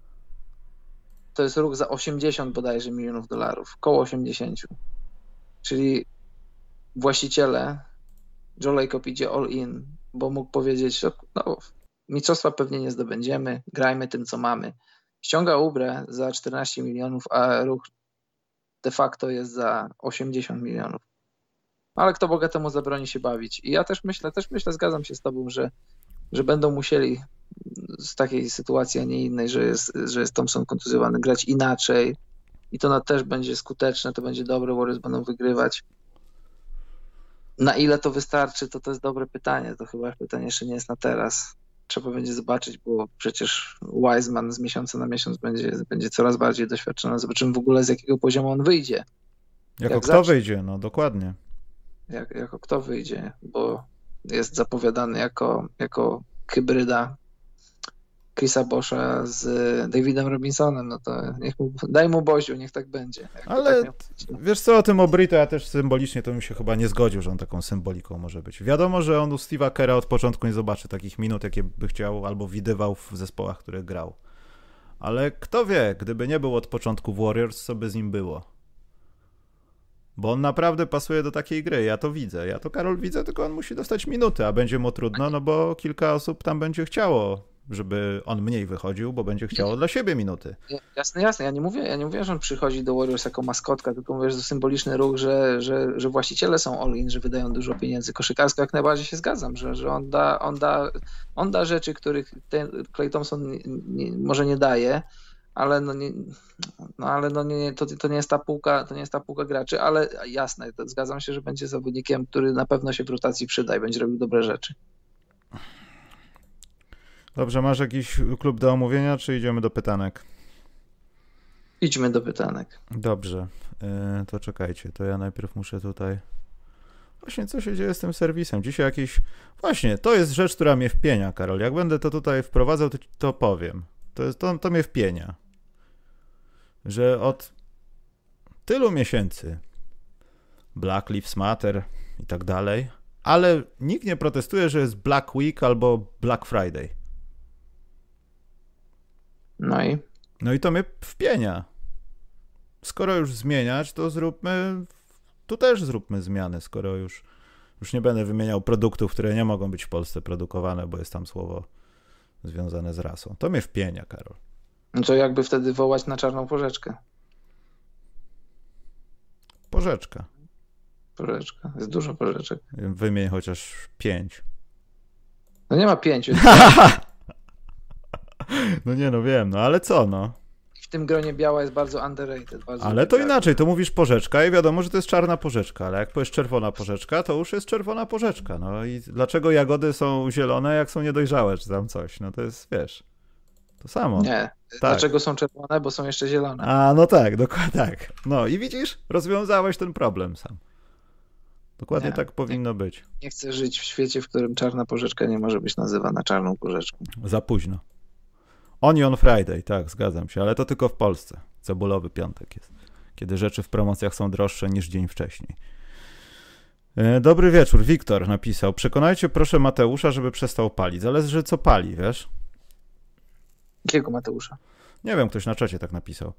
to jest ruch za 80 bodajże milionów dolarów, koło 80. Czyli właściciele, Joe Lacob idzie all in, bo mógł powiedzieć, no mistrzostwa pewnie nie zdobędziemy, grajmy tym, co mamy. Ściąga Oubre za 14 milionów, a ruch de facto jest za 80 milionów. Ale kto bogatemu zabroni się bawić? I ja też myślę, zgadzam się z tobą, że będą musieli z takiej sytuacji, a nie innej, że jest Thompson kontuzjowany, grać inaczej i to też będzie skuteczne, to będzie dobre, Warriors będą wygrywać. Na ile to wystarczy, to jest dobre pytanie. To chyba pytanie jeszcze nie jest na teraz. Trzeba będzie zobaczyć, bo przecież Wiseman z miesiąca na miesiąc będzie coraz bardziej doświadczony. Zobaczymy w ogóle, z jakiego poziomu on wyjdzie. Jako kto wyjdzie, no dokładnie. Jako kto wyjdzie, bo jest zapowiadany jako hybryda Chrisa Boscha z Davidem Robinsonem, no to daj mu Boziu, niech tak będzie. Ale tak wiesz co, o tym Obry to ja też symbolicznie to bym się chyba nie zgodził, że on taką symboliką może być. Wiadomo, że on u Steve'a Kerra od początku nie zobaczy takich minut, jakie by chciał albo widywał w zespołach, które grał. Ale kto wie, gdyby nie był od początku w Warriors, co by z nim było. Bo on naprawdę pasuje do takiej gry, ja to widzę. Ja to, Karol, widzę, tylko on musi dostać minuty, a będzie mu trudno, no bo kilka osób tam będzie chciało, żeby on mniej wychodził, bo będzie chciało dla siebie minuty. Jasne. Ja nie mówię, że on przychodzi do Warriors jako maskotka, tylko mówię, że to symboliczny ruch, że właściciele są all-in, że wydają dużo pieniędzy. Koszykarsko jak najbardziej się zgadzam, że on da rzeczy, których Klay Thompson może nie daje, ale to nie jest ta półka graczy, ale jasne, to zgadzam się, że będzie zawodnikiem, który na pewno się w rotacji przyda i będzie robił dobre rzeczy. Dobrze, masz jakiś klub do omówienia, czy idziemy do pytanek? Idźmy do pytanek. Dobrze, to czekajcie, to ja najpierw muszę tutaj... Właśnie co się dzieje z tym serwisem? Dzisiaj jakiś... Właśnie, to jest rzecz, która mnie wpienia, Karol. Jak będę to tutaj wprowadzał, to powiem. To mnie wpienia. Że od tylu miesięcy Black Lives Matter i tak dalej, ale nikt nie protestuje, że jest Black Week albo Black Friday. No i to mnie wpienia. Skoro już zmieniać, to tu też zróbmy zmiany, skoro już nie będę wymieniał produktów, które nie mogą być w Polsce produkowane, bo jest tam słowo związane z rasą. To mnie wpienia, Karol. No to jakby wtedy wołać na czarną porzeczkę. Porzeczka. Jest dużo porzeczek. Wymień chociaż 5. No nie ma 5. No nie, no wiem, no ale co, no? W tym gronie biała jest bardzo underrated. Ale to inaczej, to mówisz porzeczka i wiadomo, że to jest czarna porzeczka, ale jak powiesz czerwona porzeczka, to już jest czerwona porzeczka, no i dlaczego jagody są zielone, jak są niedojrzałe, czy tam coś, no to jest, wiesz, to samo. Nie, tak. Dlaczego są czerwone, bo są jeszcze zielone. A, no tak, dokładnie tak. No i widzisz, rozwiązałeś ten problem sam. Dokładnie tak powinno być. Nie chcę żyć w świecie, w którym czarna porzeczka nie może być nazywana czarną porzeczką. Za późno. Onion Friday, tak, zgadzam się, ale to tylko w Polsce. Cebulowy piątek jest, kiedy rzeczy w promocjach są droższe niż dzień wcześniej. Dobry wieczór, Wiktor napisał. Przekonajcie proszę Mateusza, żeby przestał palić. Zależy, co pali, wiesz? Jakiego Mateusza? Nie wiem, ktoś na czacie tak napisał.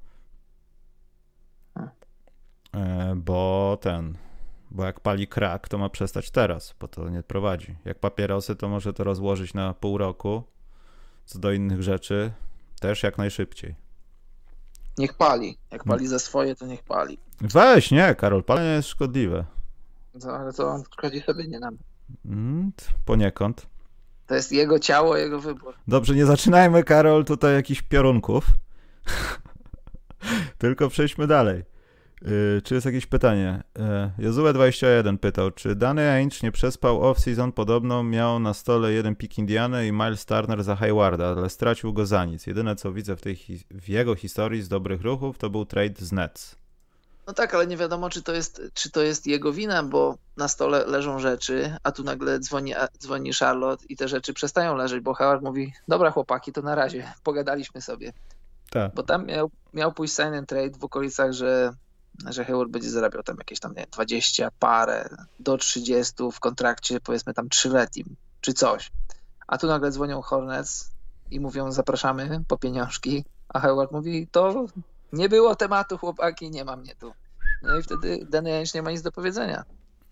Bo jak pali crack, to ma przestać teraz, bo to nie prowadzi. Jak papierosy, to może to rozłożyć na pół roku. Co do innych rzeczy, też jak najszybciej. Niech pali. Jak pali za swoje, to niech pali. Weź, nie, Karol, palenie jest szkodliwe. Ale to on szkodzi sobie, nie nam. Poniekąd. To jest jego ciało, jego wybór. Dobrze, nie zaczynajmy, Karol, tutaj jakichś piorunków. Tylko przejdźmy dalej. Czy jest jakieś pytanie? Jozue21 pytał, czy Danny Ainge nie przespał off-season? Podobno miał na stole jeden pick Indiany i Miles Turner za Haywarda, ale stracił go za nic. Jedyne, co widzę w jego historii z dobrych ruchów, to był trade z Nets. No tak, ale nie wiadomo, czy to jest jego wina, bo na stole leżą rzeczy, a tu nagle dzwoni Charlotte i te rzeczy przestają leżeć, bo Howard mówi, dobra chłopaki, to na razie, pogadaliśmy sobie. Tak. Bo tam miał pójść sign and trade w okolicach, że że Hayward będzie zarabiał tam jakieś tam, nie, 20 parę do 30 w kontrakcie, powiedzmy tam 3-letnim, czy coś. A tu nagle dzwonią Hornets i mówią, zapraszamy po pieniążki, a Hayward mówi, to nie było tematu, chłopaki, nie ma mnie tu. No i wtedy Danny Ainge nie ma nic do powiedzenia.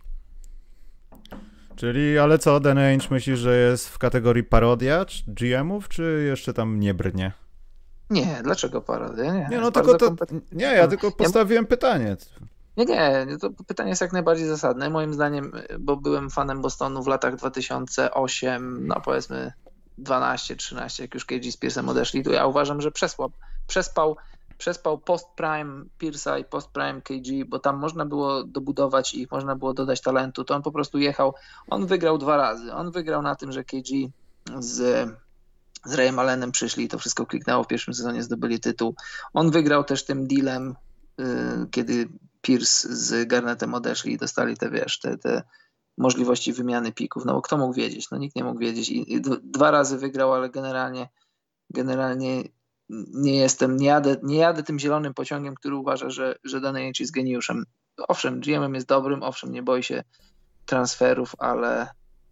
Czyli, ale co, Danny Ainge myślisz, że jest w kategorii parodia GM-ów, czy jeszcze tam nie brnie? Nie, dlaczego parodia? Nie, no tylko to, nie, ja tylko postawiłem pytanie. Nie, to pytanie jest jak najbardziej zasadne. Moim zdaniem, bo byłem fanem Bostonu w latach 2008, no powiedzmy 12-13, jak już KG z Pierce'em odeszli, to ja uważam, że przespał post-prime Pierce'a i post-prime KG, bo tam można było dobudować ich, można było dodać talentu, to on po prostu jechał, on wygrał 2 razy. On wygrał na tym, że KG z Rayem Allenem przyszli i to wszystko kliknęło, w pierwszym sezonie zdobyli tytuł. On wygrał też tym dealem, kiedy Pierce z Garnettem odeszli i dostali te możliwości wymiany pików. No bo kto mógł wiedzieć? No nikt nie mógł wiedzieć. I 2 razy wygrał, ale generalnie nie jadę tym zielonym pociągiem, który uważa, że Danny Ainge jest geniuszem. Owszem, GM-em jest dobrym, owszem, nie boi się transferów, ale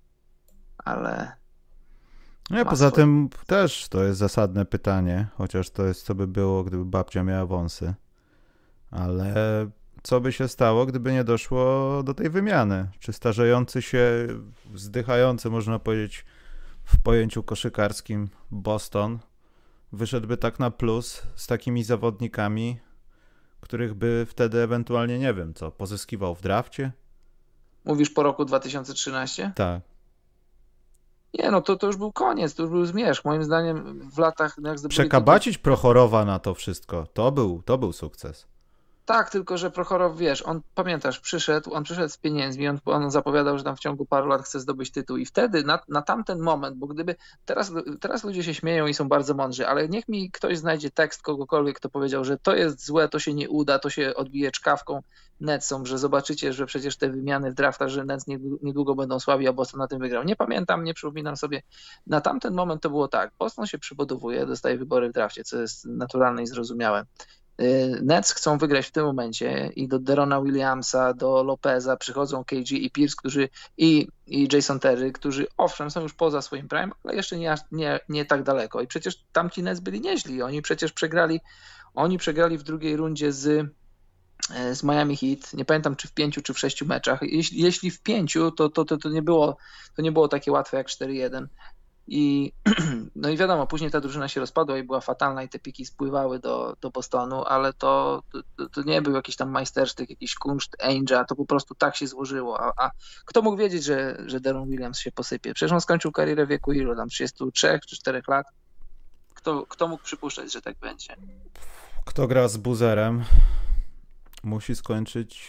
nie, poza tym też to jest zasadne pytanie, chociaż to jest co by było, gdyby babcia miała wąsy. Ale co by się stało, gdyby nie doszło do tej wymiany? Czy starzejący się, zdychający, można powiedzieć, w pojęciu koszykarskim Boston wyszedłby tak na plus z takimi zawodnikami, których by wtedy ewentualnie, nie wiem co, pozyskiwał w drafcie? Mówisz po roku 2013? Tak. Nie, no to już był koniec, to już był zmierzch. Moim zdaniem w latach... Jak przekabacić Prochorowa na to wszystko, to był sukces. Tak, tylko że Prochorow, wiesz, on, pamiętasz, przyszedł z pieniędzmi, on zapowiadał, że tam w ciągu paru lat chce zdobyć tytuł i wtedy na tamten moment, bo gdyby, teraz ludzie się śmieją i są bardzo mądrzy, ale niech mi ktoś znajdzie tekst kogokolwiek, kto powiedział, że to jest złe, to się nie uda, to się odbije czkawką Netsom, że zobaczycie, że przecież te wymiany w draftach, że Nets niedługo będą słabi, a Boston na tym wygrał. Nie pamiętam, nie przypominam sobie. Na tamten moment to było tak, Boston się przybudowuje, dostaje wybory w drafcie, co jest naturalne i zrozumiałe. Nets chcą wygrać w tym momencie i do Derona Williamsa, do Lopeza przychodzą KG i Pierce, i Jason Terry, którzy owszem są już poza swoim prime, ale jeszcze nie tak daleko. I przecież tamci Nets byli nieźli. Oni przecież przegrali w drugiej rundzie z Miami Heat. Nie pamiętam, czy w 5 czy w 6 meczach. Jeśli w 5, to nie było takie łatwe jak 4-1. No i wiadomo, później ta drużyna się rozpadła i była fatalna i te piki spływały do Bostonu, ale to nie był jakiś tam majstersztyk, jakiś kunszt Ainge'a, to po prostu tak się złożyło. A kto mógł wiedzieć, że Deron Williams się posypie? Przecież on skończył karierę w wieku ilu, tam 33 czy 4 lat. Kto mógł przypuszczać, że tak będzie? Kto gra z buzerem, musi skończyć...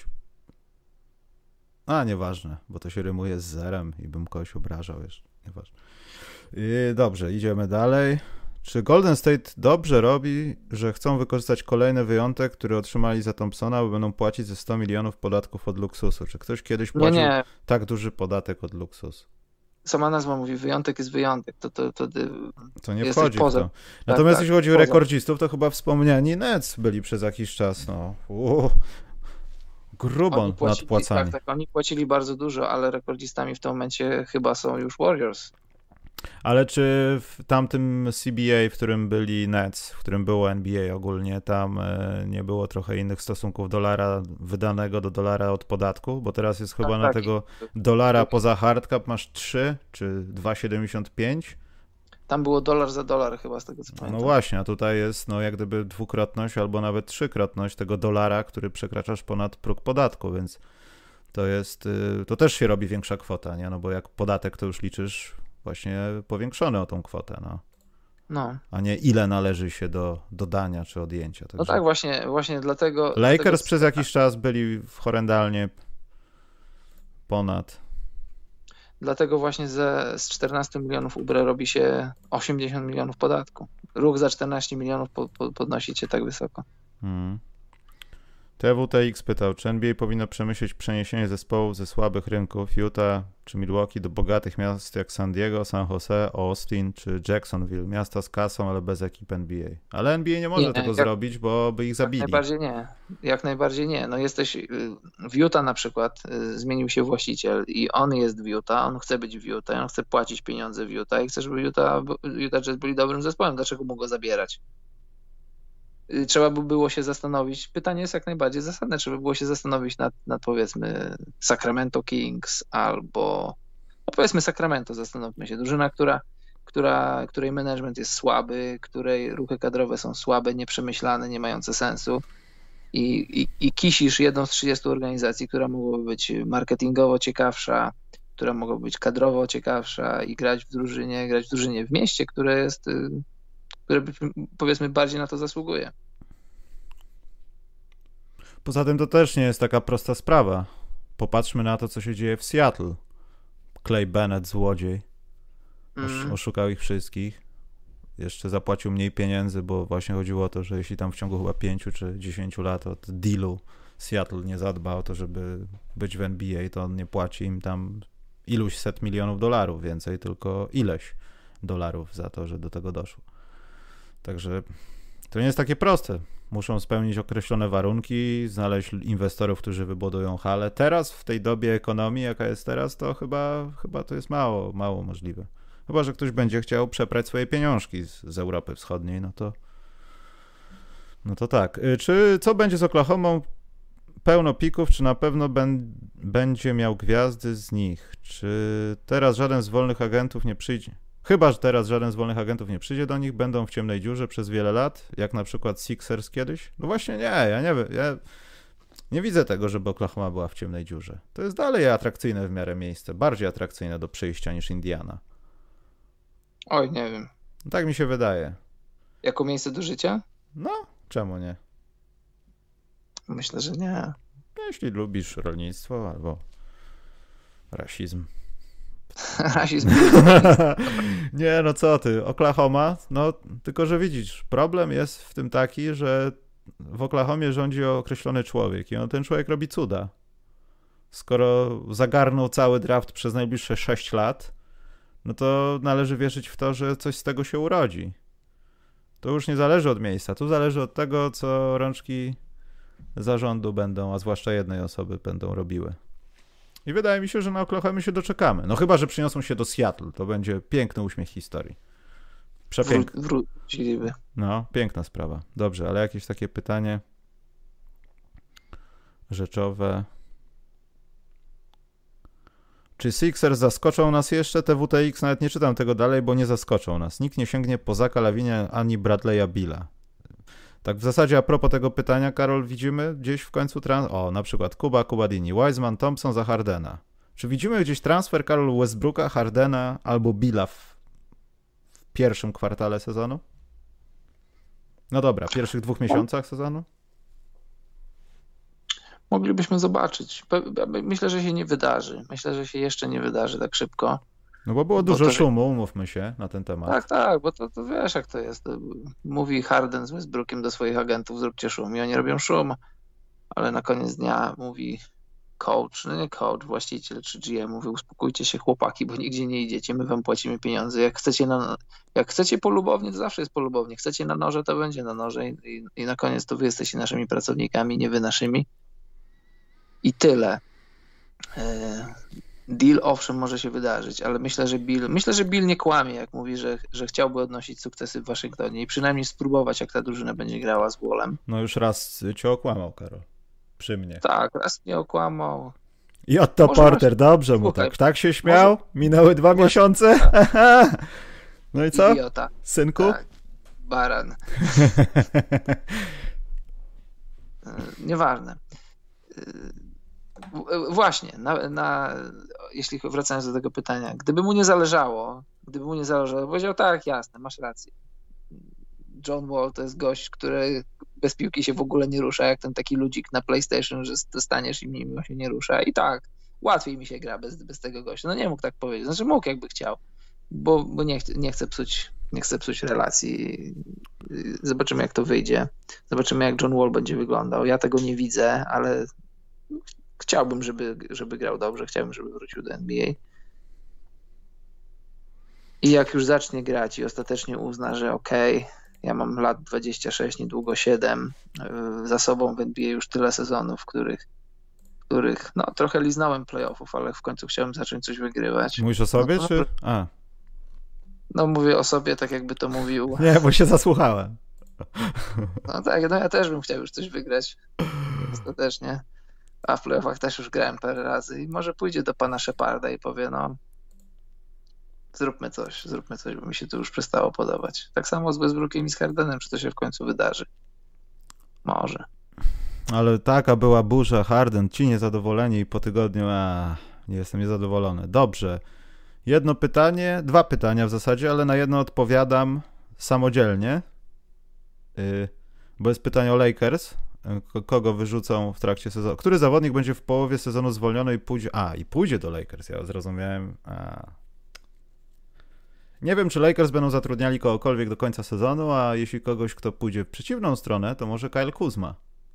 nieważne, bo to się rymuje z zerem i bym kogoś obrażał jeszcze. Nieważne. Dobrze, idziemy dalej. Czy Golden State dobrze robi, że chcą wykorzystać kolejny wyjątek, który otrzymali za Thompsona, bo będą płacić ze 100 milionów podatków od luksusu? Czy ktoś kiedyś płacił tak duży podatek od luksusu? Sama nazwa mówi, wyjątek jest wyjątek. To nie wchodzi w to. Natomiast jeśli chodzi o rekordzistów, to chyba wspomniani Nets byli przez jakiś czas. Grubo nadpłacani. Tak, oni płacili bardzo dużo, ale rekordzistami w tym momencie chyba są już Warriors. Ale czy w tamtym CBA, w którym byli Nets, w którym było NBA ogólnie, tam nie było trochę innych stosunków dolara wydanego do dolara od podatku? Bo teraz jest chyba na tego dolara poza hardcap masz 3 czy 2,75? Tam było dolar za dolar chyba, z tego co pamiętam. No właśnie, a tutaj jest jak gdyby dwukrotność albo nawet trzykrotność tego dolara, który przekraczasz ponad próg podatku, więc to też się robi większa kwota, nie? No bo jak podatek to już liczysz właśnie powiększony o tą kwotę, no. A nie ile należy się do dodania czy odjęcia. Także... No tak, właśnie dlatego... Lakers przez jakiś czas byli horrendalnie ponad. Dlatego właśnie z 14 milionów ubre robi się 80 milionów podatku. Ruch za 14 milionów podnosi cię tak wysoko. TWTX pytał, czy NBA powinno przemyśleć przeniesienie zespołów ze słabych rynków Utah czy Milwaukee do bogatych miast jak San Diego, San Jose, Austin czy Jacksonville, miasta z kasą, ale bez ekip NBA. Ale NBA nie może tego zrobić, bo by ich zabili. Jak najbardziej nie. No jesteś w Utah na przykład, zmienił się właściciel i on jest w Utah, on chce być w Utah, on chce płacić pieniądze w Utah i chce, żeby Utah Jazz byli dobrym zespołem. Dlaczego mu go zabierać? Trzeba by było się zastanowić, pytanie jest jak najbardziej zasadne, trzeba by było się zastanowić nad powiedzmy Sacramento Kings albo no powiedzmy Sacramento, zastanówmy się, drużyna, której management jest słaby, której ruchy kadrowe są słabe, nieprzemyślane, nie mające sensu i kisisz jedną z 30 organizacji, która mogłaby być marketingowo ciekawsza, która mogłaby być kadrowo ciekawsza i grać w drużynie w mieście, które powiedzmy bardziej na to zasługuje. Poza tym to też nie jest taka prosta sprawa. Popatrzmy na to, co się dzieje w Seattle. Clay Bennett, złodziej. Oszukał ich wszystkich. Jeszcze zapłacił mniej pieniędzy, bo właśnie chodziło o to, że jeśli tam w ciągu chyba 5 czy 10 lat od dealu Seattle nie zadba o to, żeby być w NBA, to on nie płaci im tam iluś set milionów dolarów więcej, tylko ileś dolarów za to, że do tego doszło. Także to nie jest takie proste. Muszą spełnić określone warunki, znaleźć inwestorów, którzy wybudują halę. Teraz, w tej dobie ekonomii, jaka jest teraz, to chyba to jest mało możliwe. Chyba że ktoś będzie chciał przeprać swoje pieniążki z Europy Wschodniej, no to tak. Co będzie z Oklahomą? Pełno pików, czy na pewno będzie miał gwiazdy z nich? Czy teraz żaden z wolnych agentów nie przyjdzie? Chyba że teraz żaden z wolnych agentów nie przyjdzie do nich, będą w ciemnej dziurze przez wiele lat, jak na przykład Sixers kiedyś? No właśnie nie, ja nie widzę tego, żeby Oklahoma była w ciemnej dziurze. To jest dalej atrakcyjne w miarę miejsce, bardziej atrakcyjne do przyjścia niż Indiana. Oj, nie wiem. Tak mi się wydaje. Jako miejsce do życia? No, czemu nie? Myślę, że nie. Jeśli lubisz rolnictwo albo rasizm. Rasizm. Nie, no co ty, Oklahoma, no tylko, że widzisz, problem jest w tym taki, że w Oklahomie rządzi określony człowiek i ten człowiek robi cuda. Skoro zagarnął cały draft przez najbliższe 6 lat, no to należy wierzyć w to, że coś z tego się urodzi. To już nie zależy od miejsca, tu zależy od tego, co rączki zarządu będą, a zwłaszcza jednej osoby będą robiły. I wydaje mi się, że na Oklahomie się doczekamy. No chyba że przyniosą się do Seattle. To będzie piękny uśmiech historii. Przepiękny. Wróciliby. No, piękna sprawa. Dobrze, ale jakieś takie pytanie rzeczowe. Czy Sixers zaskoczą nas jeszcze? TWTX, nawet nie czytam tego dalej, bo nie zaskoczą nas. Nikt nie sięgnie po Zacka Lavinia ani Bradley'a Billa. Tak w zasadzie a propos tego pytania, Karol, widzimy gdzieś w końcu na przykład Kuba Dini, Wiseman, Thompson za Hardena. Czy widzimy gdzieś transfer, Karol, Westbrooka, Hardena albo Billa w pierwszym kwartale sezonu? No dobra, pierwszych 2 miesiącach sezonu? Moglibyśmy zobaczyć. Myślę, że się nie wydarzy. Myślę, że się jeszcze nie wydarzy tak szybko. No bo było dużo szumu, umówmy się na ten temat. Tak, bo to wiesz jak to jest. Mówi Harden z Westbrookiem do swoich agentów, zróbcie szum i oni robią szum, ale na koniec dnia mówi właściciel czy GM mówi, uspokójcie się chłopaki, bo nigdzie nie idziecie, my wam płacimy pieniądze. Jak chcecie polubownie, to zawsze jest polubownie. Chcecie na noże, to będzie na noże i na koniec to wy jesteście naszymi pracownikami, nie wy naszymi. I tyle. Deal owszem może się wydarzyć, ale myślę, że Bill nie kłamie, jak mówi, że chciałby odnosić sukcesy w Waszyngtonie i przynajmniej spróbować, jak ta drużyna będzie grała z Wallem. No już raz cię okłamał, Karol. Przy mnie. Tak, raz mnie okłamał. I Otto Porter, dobrze mu tak się śmiał? Minęły 2 miesiące? No i co? Idiota. Synku? Tak, baran. Nieważne. Właśnie, jeśli wracając do tego pytania, gdyby mu nie zależało, powiedział tak, jasne, masz rację. John Wall to jest gość, który bez piłki się w ogóle nie rusza, jak ten taki ludzik na PlayStation, że dostaniesz i mimo się nie rusza. I tak, łatwiej mi się gra bez tego gościa. No nie mógł tak powiedzieć, znaczy mógł jakby chciał, bo nie chce psuć nie chcę psuć relacji. Zobaczymy, jak to wyjdzie. Zobaczymy, jak John Wall będzie wyglądał. Ja tego nie widzę, ale chciałbym, żeby grał dobrze. Chciałbym, żeby wrócił do NBA. I jak już zacznie grać i ostatecznie uzna, że okej, ja mam lat 26, niedługo 7, za sobą w NBA już tyle sezonów, w których no, trochę liznąłem playoffów, ale w końcu chciałem zacząć coś wygrywać. Mówisz o sobie, no, czy? A. No mówię o sobie, tak jakby to mówił. Nie, bo się zasłuchałem. No tak, no ja też bym chciał już coś wygrać ostatecznie. A w playoffach też już grałem parę razy i może pójdzie do pana Sheparda i powie, no zróbmy coś, bo mi się to już przestało podobać. Tak samo z Westbrookiem i z Hardenem, czy to się w końcu wydarzy. Może. Ale taka była burza, Harden, ci niezadowoleni i po tygodniu, nie jestem niezadowolony. Dobrze. Jedno pytanie, 2 pytania w zasadzie, ale na jedno odpowiadam samodzielnie, bo jest pytanie o Lakers. Kogo wyrzucą w trakcie sezonu? Który zawodnik będzie w połowie sezonu zwolniony i pójdzie... i pójdzie do Lakers, ja zrozumiałem. Nie wiem, czy Lakers będą zatrudniali kogokolwiek do końca sezonu, a jeśli kogoś, kto pójdzie w przeciwną stronę, to może Kyle Kuzma.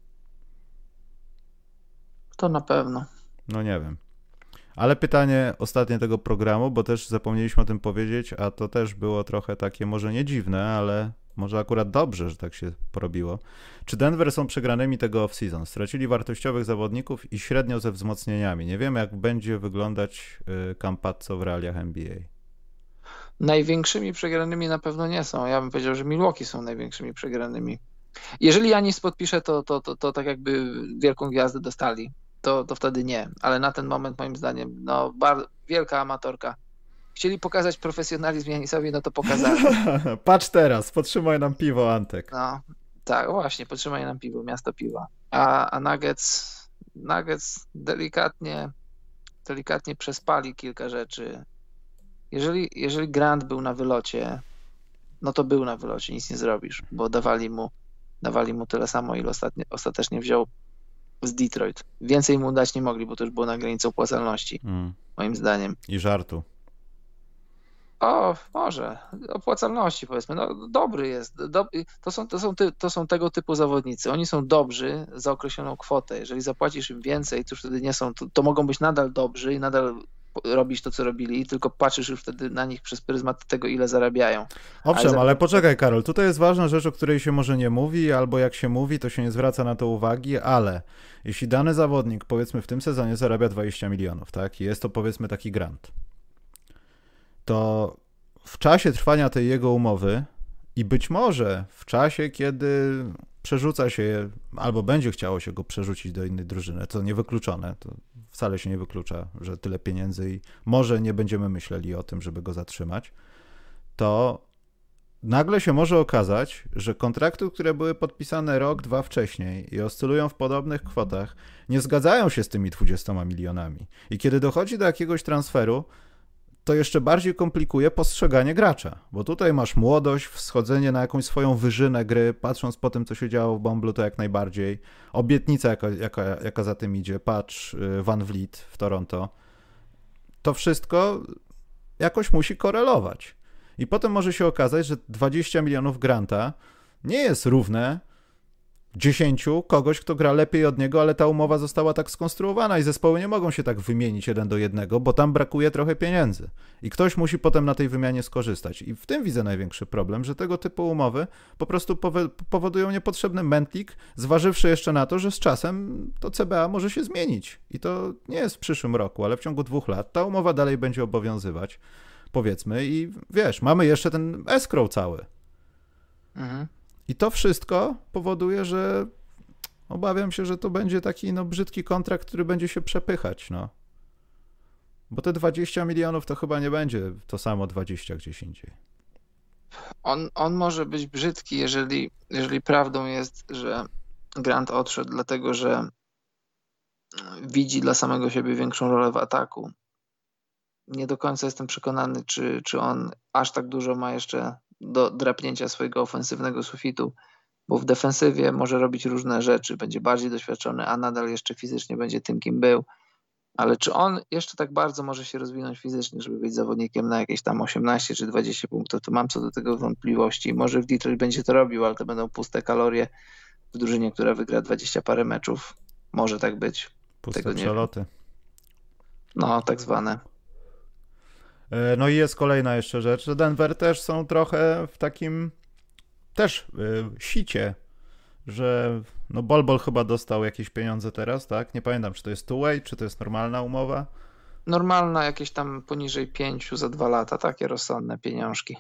To na pewno. No nie wiem. Ale pytanie ostatnie tego programu, bo też zapomnieliśmy o tym powiedzieć, a to też było trochę takie może nie dziwne, ale może akurat dobrze, że tak się porobiło. Czy Denver są przegranymi tego off-season? Stracili wartościowych zawodników i średnio ze wzmocnieniami. Nie wiem, jak będzie wyglądać Campazzo w realiach NBA. Największymi przegranymi na pewno nie są. Ja bym powiedział, że Milwaukee są największymi przegranymi. Jeżeli Janis podpisze, to tak jakby wielką gwiazdę dostali. To wtedy nie. Ale na ten moment moim zdaniem no bardzo wielka amatorka. Chcieli pokazać profesjonalizm Janisowi, no to pokazali. Patrz teraz, podtrzymaj nam piwo, Antek. No tak, właśnie, podtrzymaj nam piwo, miasto piwa. A Nuggets delikatnie przespali kilka rzeczy. Jeżeli Grant był na wylocie, no to był na wylocie, nic nie zrobisz, bo dawali mu tyle samo, ile ostatecznie wziął z Detroit. Więcej mu dać nie mogli, bo to już było na granicy opłacalności, moim zdaniem. I żartu. Może. Opłacalności, powiedzmy. No, dobry jest. To są tego typu zawodnicy. Oni są dobrzy za określoną kwotę. Jeżeli zapłacisz im więcej, to już wtedy nie są, to mogą być nadal dobrzy i nadal robić to, co robili, tylko patrzysz już wtedy na nich przez pryzmat tego, ile zarabiają. Owszem, ale poczekaj, Karol, tutaj jest ważna rzecz, o której się może nie mówi, albo jak się mówi, to się nie zwraca na to uwagi, ale jeśli dany zawodnik, powiedzmy w tym sezonie zarabia 20 milionów, tak, i jest to powiedzmy taki grant, to w czasie trwania tej jego umowy i być może w czasie, kiedy przerzuca się, albo będzie chciało się go przerzucić do innej drużyny, to niewykluczone, to wcale się nie wyklucza, że tyle pieniędzy i może nie będziemy myśleli o tym, żeby go zatrzymać, to nagle się może okazać, że kontrakty, które były podpisane rok, 2 wcześniej i oscylują w podobnych kwotach, nie zgadzają się z tymi 20 milionami. I kiedy dochodzi do jakiegoś transferu, to jeszcze bardziej komplikuje postrzeganie gracza, bo tutaj masz młodość, wschodzenie na jakąś swoją wyżynę gry, patrząc po tym, co się działo w Bamblu, to jak najbardziej. Obietnica, jaka za tym idzie, patrz Van Vliet w Toronto. To wszystko jakoś musi korelować. I potem może się okazać, że 20 milionów granta nie jest równe 10 kogoś, kto gra lepiej od niego, ale ta umowa została tak skonstruowana i zespoły nie mogą się tak wymienić 1 do 1, bo tam brakuje trochę pieniędzy. I ktoś musi potem na tej wymianie skorzystać. I w tym widzę największy problem, że tego typu umowy po prostu powodują niepotrzebny mętlik, zważywszy jeszcze na to, że z czasem to CBA może się zmienić. I to nie jest w przyszłym roku, ale w ciągu 2 lat ta umowa dalej będzie obowiązywać, powiedzmy. I wiesz, mamy jeszcze ten escrow cały. Mhm. I to wszystko powoduje, że obawiam się, że to będzie taki brzydki kontrakt, który będzie się przepychać, Bo te 20 milionów to chyba nie będzie to samo 20 gdzieś indziej. On może być brzydki, jeżeli prawdą jest, że Grant odszedł, dlatego że widzi dla samego siebie większą rolę w ataku. Nie do końca jestem przekonany, czy on aż tak dużo ma jeszcze do drapnięcia swojego ofensywnego sufitu, bo w defensywie może robić różne rzeczy, będzie bardziej doświadczony, a nadal jeszcze fizycznie będzie tym, kim był. Ale czy on jeszcze tak bardzo może się rozwinąć fizycznie, żeby być zawodnikiem na jakieś tam 18 czy 20 punktów, to mam co do tego wątpliwości. Może w Detroit będzie to robił, ale to będą puste kalorie w drużynie, która wygra 20 parę meczów. Może tak być. Puste Tego nie przeloty. wiem. No, tak zwane. No i jest kolejna jeszcze rzecz, że Denver też są trochę w takim też sicie, że no Bol chyba dostał jakieś pieniądze teraz, tak? Nie pamiętam, czy to jest two-way, czy to jest normalna umowa. Normalna jakieś tam poniżej 5 za 2 lata, takie rozsądne pieniążki.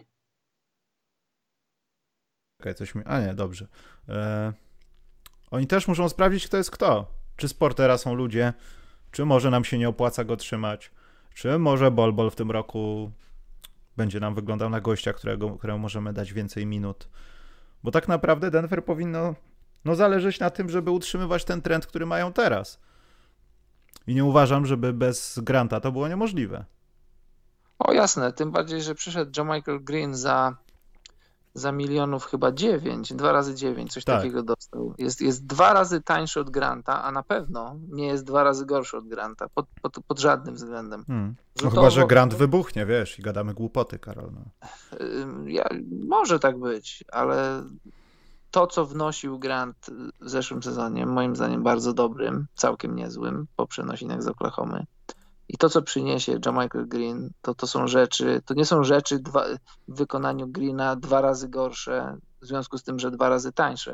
Okej, coś mi... A nie, dobrze. Oni też muszą sprawdzić, kto jest kto. Czy z Portera są ludzie, czy może nam się nie opłaca go trzymać, czy może Bol w tym roku będzie nam wyglądał na gościa, któremu możemy dać więcej minut. Bo tak naprawdę Denver powinno zależeć na tym, żeby utrzymywać ten trend, który mają teraz. I nie uważam, żeby bez Granta to było niemożliwe. O jasne, tym bardziej, że przyszedł Michael Green za milionów chyba 9, 2 razy 9, coś Tak. takiego dostał. Jest 2 razy tańszy od Granta, a na pewno nie jest 2 razy gorszy od Granta, pod żadnym względem. No chyba, że Grant wybuchnie, wiesz, i gadamy głupoty, Karol. No. Może tak być, ale to, co wnosił Grant w zeszłym sezonie, moim zdaniem bardzo dobrym, całkiem niezłym, po przenosinach z Oklahomy. I to, co przyniesie Michael Green, to są rzeczy, to nie są rzeczy w wykonaniu Greena 2 razy gorsze, w związku z tym, że 2 razy tańsze.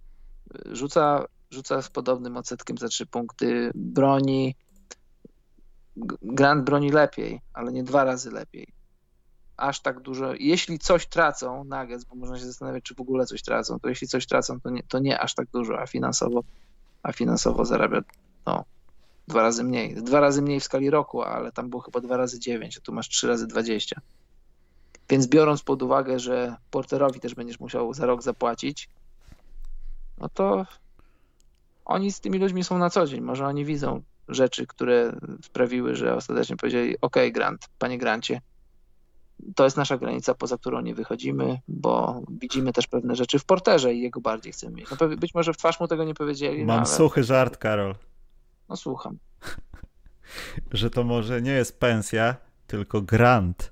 Rzuca z podobnym odsetkiem za 3 punkty, broni. Grant broni lepiej, ale nie 2 razy lepiej. Aż tak dużo. Jeśli coś tracą Nuggets, bo można się zastanawiać, czy w ogóle coś tracą, to jeśli coś tracą, to nie aż tak dużo, a finansowo zarabia 2 razy mniej. 2 razy mniej w skali roku, ale tam było chyba 2 razy 9, a tu masz 3 razy 20. Więc biorąc pod uwagę, że Porterowi też będziesz musiał za rok zapłacić, no to oni z tymi ludźmi są na co dzień. Może oni widzą rzeczy, które sprawiły, że ostatecznie powiedzieli: OK, Grant, panie Grancie, to jest nasza granica, poza którą nie wychodzimy, bo widzimy też pewne rzeczy w Porterze i jego bardziej chcemy mieć. No, być może w twarz mu tego nie powiedzieli. Mam suchy żart, Karol. No słucham. Że to może nie jest pensja, tylko grant.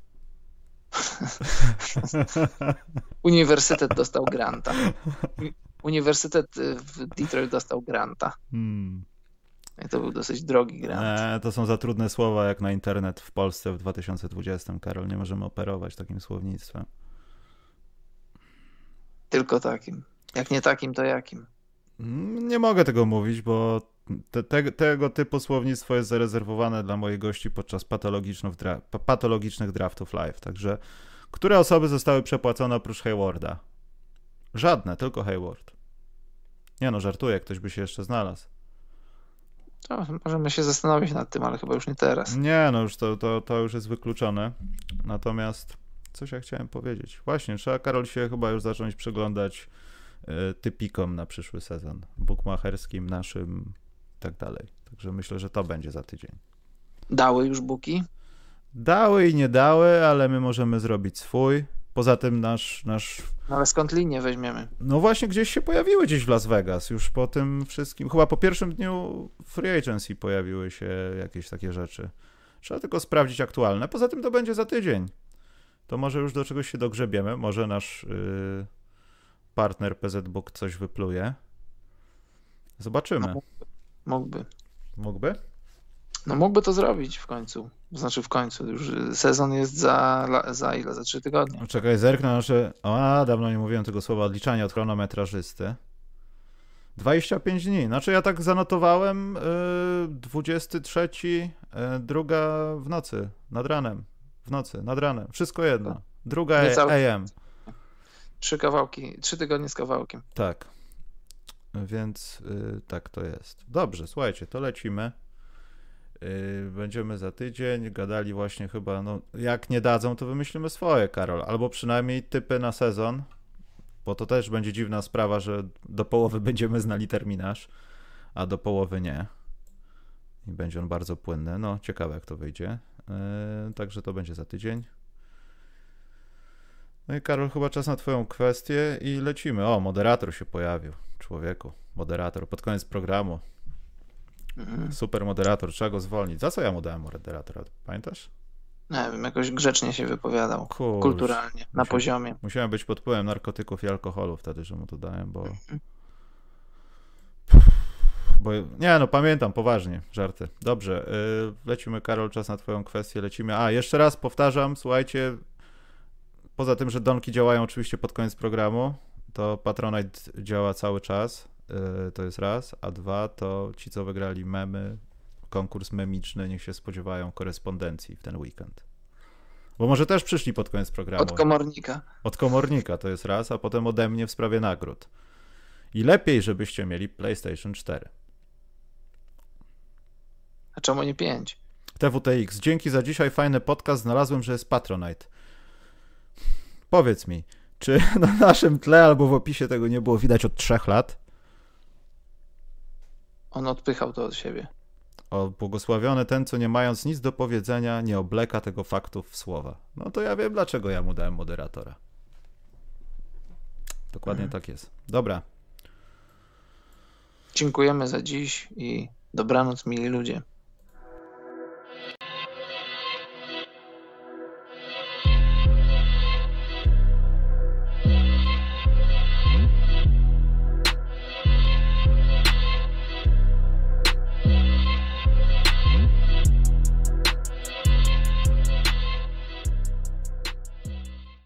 Uniwersytet dostał granta. Uniwersytet w Detroit dostał granta. I to był dosyć drogi grant. To są za trudne słowa jak na internet w Polsce w 2020, Karol. Nie możemy operować takim słownictwem. Tylko takim. Jak nie takim, to jakim? Nie mogę tego mówić, bo tego typu słownictwo jest zarezerwowane dla moich gości podczas patologicznych draftów live. Także które osoby zostały przepłacone oprócz Haywarda? Żadne, tylko Hayward. Nie no, żartuję, ktoś by się jeszcze znalazł. To możemy się zastanowić nad tym, ale chyba już nie teraz. Nie, no już to już jest wykluczone. Natomiast coś ja chciałem powiedzieć. Właśnie, trzeba, Karol, się chyba już zacząć przyglądać typikom na przyszły sezon. Bookmacherskim, naszym i tak dalej. Także myślę, że to będzie za tydzień. Dały już booki? Dały i nie dały, ale my możemy zrobić swój. Poza tym nasz... No ale skąd linię weźmiemy? No właśnie gdzieś się pojawiły gdzieś w Las Vegas, już po tym wszystkim, chyba po pierwszym dniu free agency pojawiły się jakieś takie rzeczy. Trzeba tylko sprawdzić aktualne. Poza tym to będzie za tydzień. To może już do czegoś się dogrzebiemy, może nasz partner PZ Book coś wypluje. Zobaczymy. No, mógłby. Mógłby? No mógłby to zrobić w końcu. Znaczy w końcu. Już sezon jest za ile? Za 3 tygodnie. Czekaj, zerknę na nasze... dawno nie mówiłem tego słowa, odliczanie od chronometrażysty. 25 dni. Znaczy ja tak zanotowałem 23, druga w nocy, nad ranem. W nocy, nad ranem. Wszystko jedno. Druga AM. 3 tygodnie z kawałkiem. Tak. Więc tak to jest. Dobrze, słuchajcie, to lecimy. Będziemy za tydzień gadali właśnie chyba, no jak nie dadzą, to wymyślimy swoje, Karol. Albo przynajmniej typy na sezon, bo to też będzie dziwna sprawa, że do połowy będziemy znali terminarz, a do połowy nie. I będzie on bardzo płynny. No, ciekawe jak to wyjdzie. Także to będzie za tydzień. No i Karol, chyba czas na twoją kwestię i lecimy. O, moderator się pojawił. Człowieku, moderator pod koniec programu. Super moderator, trzeba go zwolnić. Za co ja mu dałem moderatora? Pamiętasz? Nie wiem, jakoś grzecznie się wypowiadał. Kulturalnie, na poziomie. Musiałem być pod wpływem narkotyków i alkoholu wtedy, że mu to dałem, bo... Nie, no pamiętam, poważnie, żarty. Dobrze, lecimy, Karol, czas na twoją kwestię, lecimy. Jeszcze raz powtarzam, słuchajcie, poza tym, że donki działają oczywiście pod koniec programu, to Patronite działa cały czas, to jest raz, a dwa, to ci, co wygrali memy, konkurs memiczny, niech się spodziewają korespondencji w ten weekend. Bo może też przyszli pod koniec programu. Od komornika. Od komornika, to jest raz, a potem ode mnie w sprawie nagród. I lepiej, żebyście mieli PlayStation 4. A czemu nie 5? TWTX, dzięki za dzisiaj, fajny podcast, znalazłem, że jest Patronite. Powiedz mi, czy na naszym tle albo w opisie tego nie było widać od 3 lat? On odpychał to od siebie. O, błogosławiony ten, co nie mając nic do powiedzenia, nie obleka tego faktu w słowa. No to ja wiem, dlaczego ja mu dałem moderatora. Dokładnie tak jest. Dobra. Dziękujemy za dziś i dobranoc, mili ludzie.